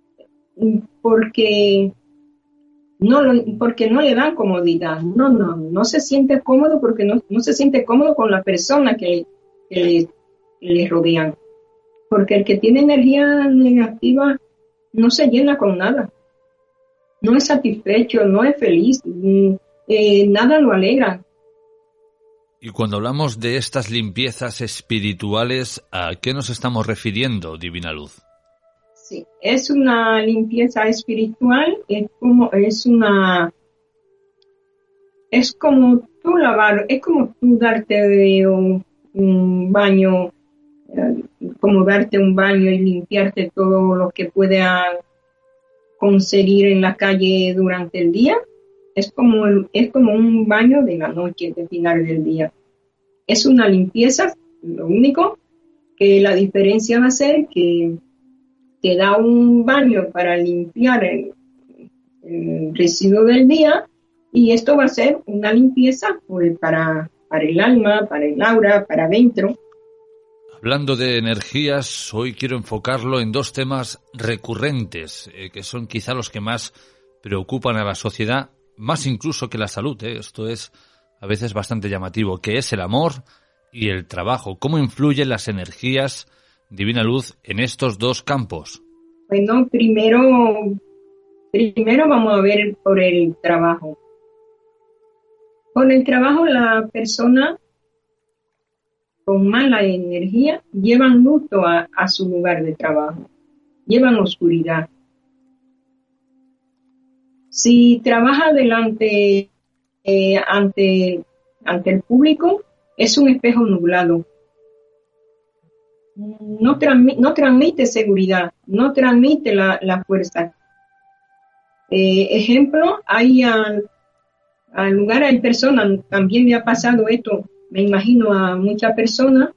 porque no le dan comodidad. No se siente cómodo porque no se siente cómodo con la persona que le rodean. Porque el que tiene energía negativa no se llena con nada. No es satisfecho, no es feliz, nada lo alegra.
Y cuando hablamos de estas limpiezas espirituales, ¿a qué nos estamos refiriendo, Divina Luz?
Sí, es una limpieza espiritual, es como tú lavar, es como tú darte un baño, como darte un baño y limpiarte todo lo que pueda conseguir en la calle durante el día. Es como un baño de la noche, de final del día. Es una limpieza, lo único que la diferencia va a ser que te da un baño para limpiar el residuo del día, y esto va a ser una limpieza para el alma, para el aura, para adentro.
Hablando de energías, hoy quiero enfocarlo en dos temas recurrentes, que son quizá los que más preocupan a la sociedad, más incluso que la salud. Esto es a veces bastante llamativo, que es el amor y el trabajo. ¿Cómo influyen las energías, Divina Luz, en estos dos campos?
Bueno, primero vamos a ver por el trabajo. Por el trabajo, la persona con mala energía llevan luto a su lugar de trabajo, llevan oscuridad. Si trabaja ante el público, es un espejo nublado. no transmite seguridad, no transmite la fuerza. Ejemplo, al lugar hay personas, también me ha pasado esto, me imagino a muchas personas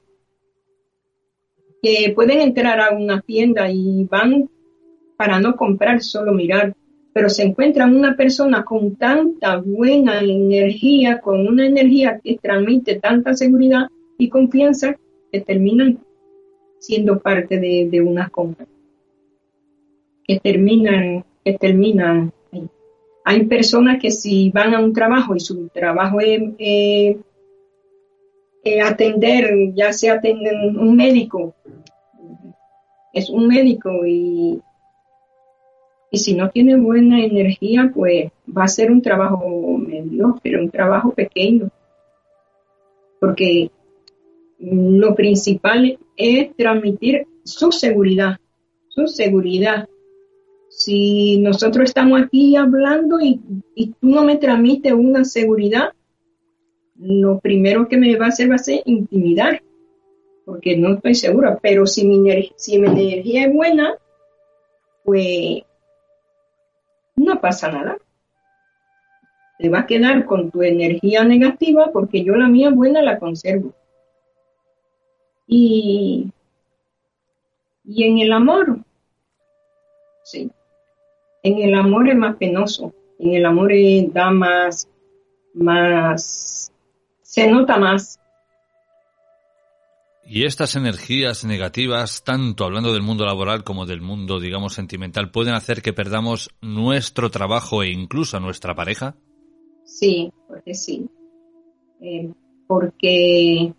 que pueden entrar a una tienda y van para no comprar, solo mirar, pero se encuentran una persona con tanta buena energía, con una energía que transmite tanta seguridad y confianza, que terminan siendo parte de una compra, que terminan ahí. Hay personas que si van a un trabajo y su trabajo es atender, ya sea atenden un médico, es un médico y si no tiene buena energía, pues va a ser un trabajo mediocre, un trabajo pequeño, porque lo principal es transmitir su seguridad. Si nosotros estamos aquí hablando y tú no me transmites una seguridad, lo primero que me va a hacer intimidar, porque no estoy segura. Pero si mi energía es buena, pues no pasa nada. Te va a quedar con tu energía negativa porque yo la mía buena la conservo. Y en el amor, sí, en el amor es más penoso, en el amor da más, se nota más.
Y estas energías negativas, tanto hablando del mundo laboral como del mundo, digamos, sentimental, ¿pueden hacer que perdamos nuestro trabajo e incluso a nuestra pareja?
Sí, porque sí. Porque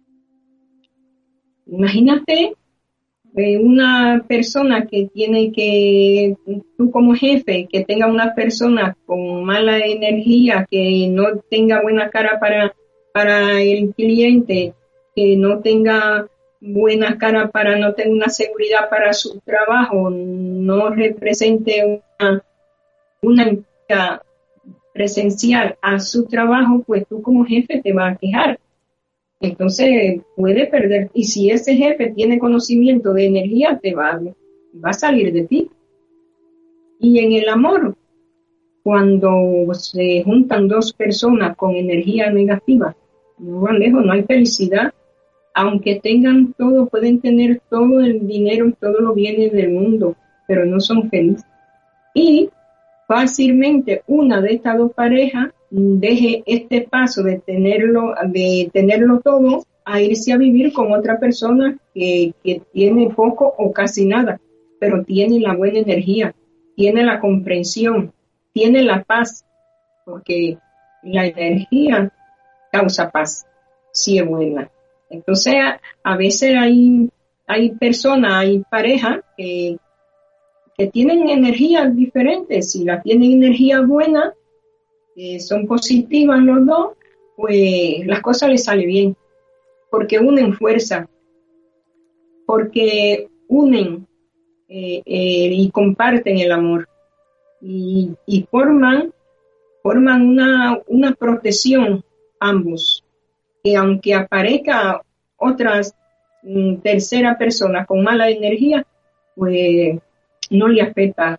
imagínate una persona que tú como jefe, que tenga una persona con mala energía, que no tenga buena cara para el cliente, que no tenga buena cara no tenga una seguridad para su trabajo, no represente una presencial a su trabajo, pues tú como jefe te vas a quejar. Entonces puede perder, y si ese jefe tiene conocimiento de energía, te va a salir de ti. Y en el amor, cuando se juntan dos personas con energía negativa, no van lejos, no hay felicidad. Aunque tengan todo, pueden tener todo el dinero y todos los bienes del mundo, pero no son felices. Y fácilmente una de estas dos parejas deje este paso de tenerlo todo a irse a vivir con otra persona que tiene poco o casi nada, pero tiene la buena energía, tiene la comprensión, tiene la paz, porque la energía causa paz, si es buena. Entonces, a veces hay personas, hay parejas que tienen energías diferentes. Si la tienen energía buena, son positivas los dos, pues las cosas les salen bien, porque unen fuerza, porque unen y comparten el amor y forman una protección ambos, que aunque aparezca otras tercera persona con mala energía, pues no le afecta,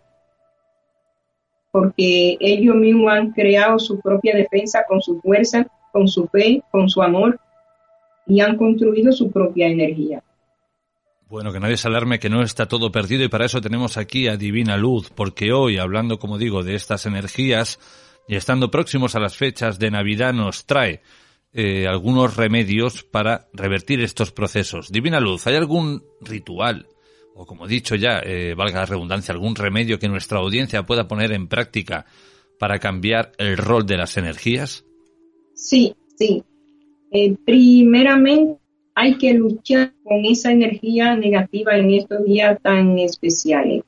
porque ellos mismos han creado su propia defensa con su fuerza, con su fe, con su amor, y han construido su propia energía.
Bueno, que nadie se alarme, que no está todo perdido, y para eso tenemos aquí a Divina Luz, porque hoy, hablando, como digo, de estas energías, y estando próximos a las fechas de Navidad, nos trae algunos remedios para revertir estos procesos. Divina Luz, ¿hay algún ritual, o como he dicho ya, valga la redundancia, algún remedio que nuestra audiencia pueda poner en práctica para cambiar el rol de las energías?
Sí. Primeramente hay que luchar con esa energía negativa en estos días tan especiales,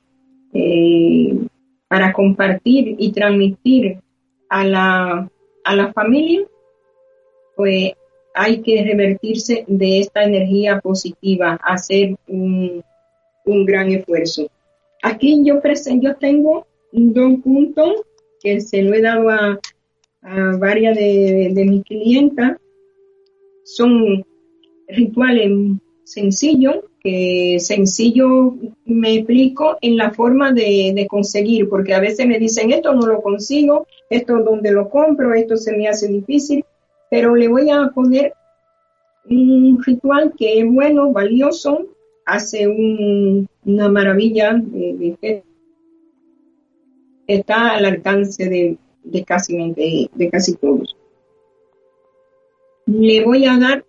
para compartir y transmitir a la familia, pues hay que revertirse de esta energía positiva, hacer un gran esfuerzo. Aquí yo tengo 2 puntos que se lo he dado a varias de mis clientas. Son rituales sencillos que sencillo me explico en la forma de conseguir, porque a veces me dicen esto no lo consigo, esto donde lo compro, esto se me hace difícil, pero le voy a poner un ritual que es bueno, valioso, hace una maravilla, está al alcance de casi todos. Le voy a dar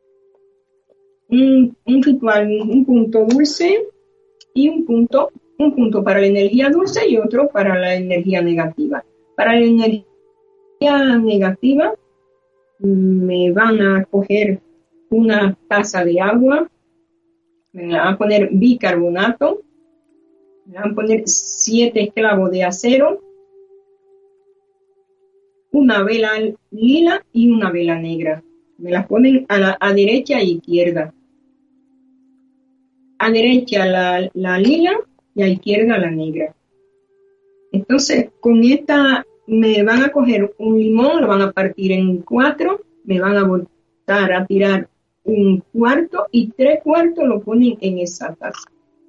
un ritual, un punto dulce y un punto para la energía dulce y otro para la energía negativa. Para la energía negativa me van a coger una taza de agua, me van a poner bicarbonato, me van a poner 7 clavos de acero, una vela lila y una vela negra. Me las ponen a derecha e izquierda. A derecha la lila y a izquierda la negra. Entonces, con esta me van a coger un limón, lo van a partir en 4, me van a voltar a tirar 1/4 y 3/4 lo ponen en esa taza.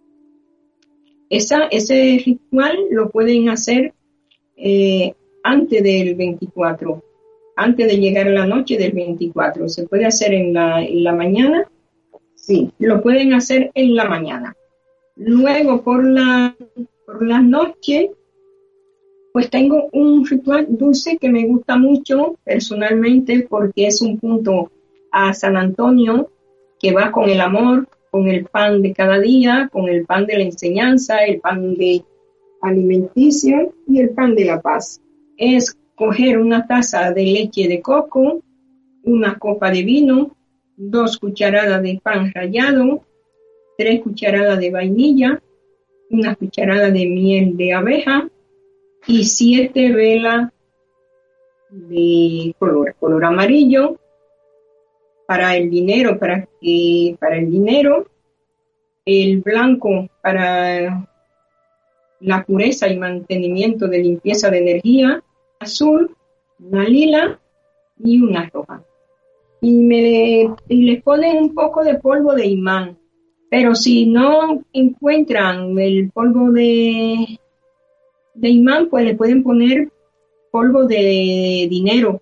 Ese ritual lo pueden hacer antes del 24, antes de llegar a la noche del 24. Se puede hacer en la mañana. Sí, lo pueden hacer en la mañana. Luego por la noche, pues tengo un ritual dulce que me gusta mucho personalmente porque es un punto a San Antonio que va con el amor, con el pan de cada día, con el pan de la enseñanza, el pan de alimenticio y el pan de la paz. Es coger una taza de leche de coco, una copa de vino, 2 cucharadas de pan rallado, 3 cucharadas de vainilla, una cucharada de miel de abeja y 7 velas de color amarillo para el dinero, el blanco para la pureza y mantenimiento de limpieza de energía, azul, una lila y una roja. Y les ponen un poco de polvo de imán. Pero si no encuentran el polvo de imán, pues le pueden poner polvo de dinero.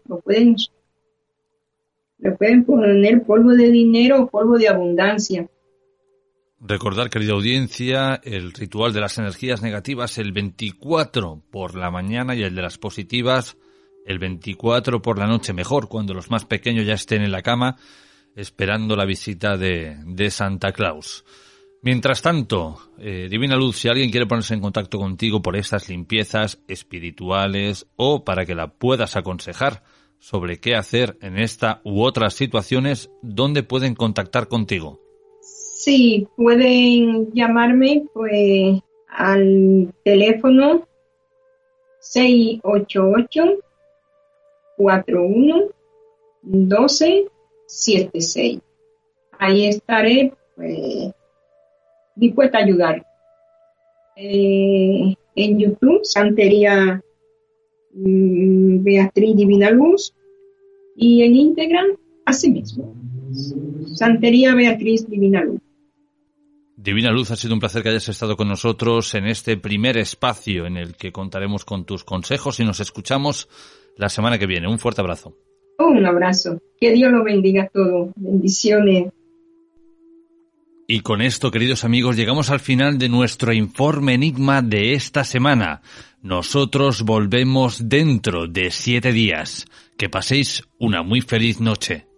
Le pueden poner polvo de dinero o polvo de abundancia.
Recordar, querida audiencia, el ritual de las energías negativas el 24 por la mañana y el de las positivas el 24 por la noche, mejor cuando los más pequeños ya estén en la cama esperando la visita de Santa Claus. Mientras tanto, Divina Luz, si alguien quiere ponerse en contacto contigo por estas limpiezas espirituales o para que la puedas aconsejar sobre qué hacer en esta u otras situaciones, ¿dónde pueden contactar contigo?
Sí, pueden llamarme pues al teléfono 688-41-1276. Ahí estaré pues dispuesta a ayudar. En YouTube, Santería Beatriz Divina Luz, y en Instagram, así mismo, Santería Beatriz Divina Luz.
Divina Luz, ha sido un placer que hayas estado con nosotros en este primer espacio en el que contaremos con tus consejos y nos escuchamos la semana que viene. Un fuerte abrazo.
Un abrazo. Que Dios lo bendiga a todos. Bendiciones.
Y con esto, queridos amigos, llegamos al final de nuestro informe Enigma de esta semana. Nosotros volvemos dentro de 7 días. Que paséis una muy feliz noche.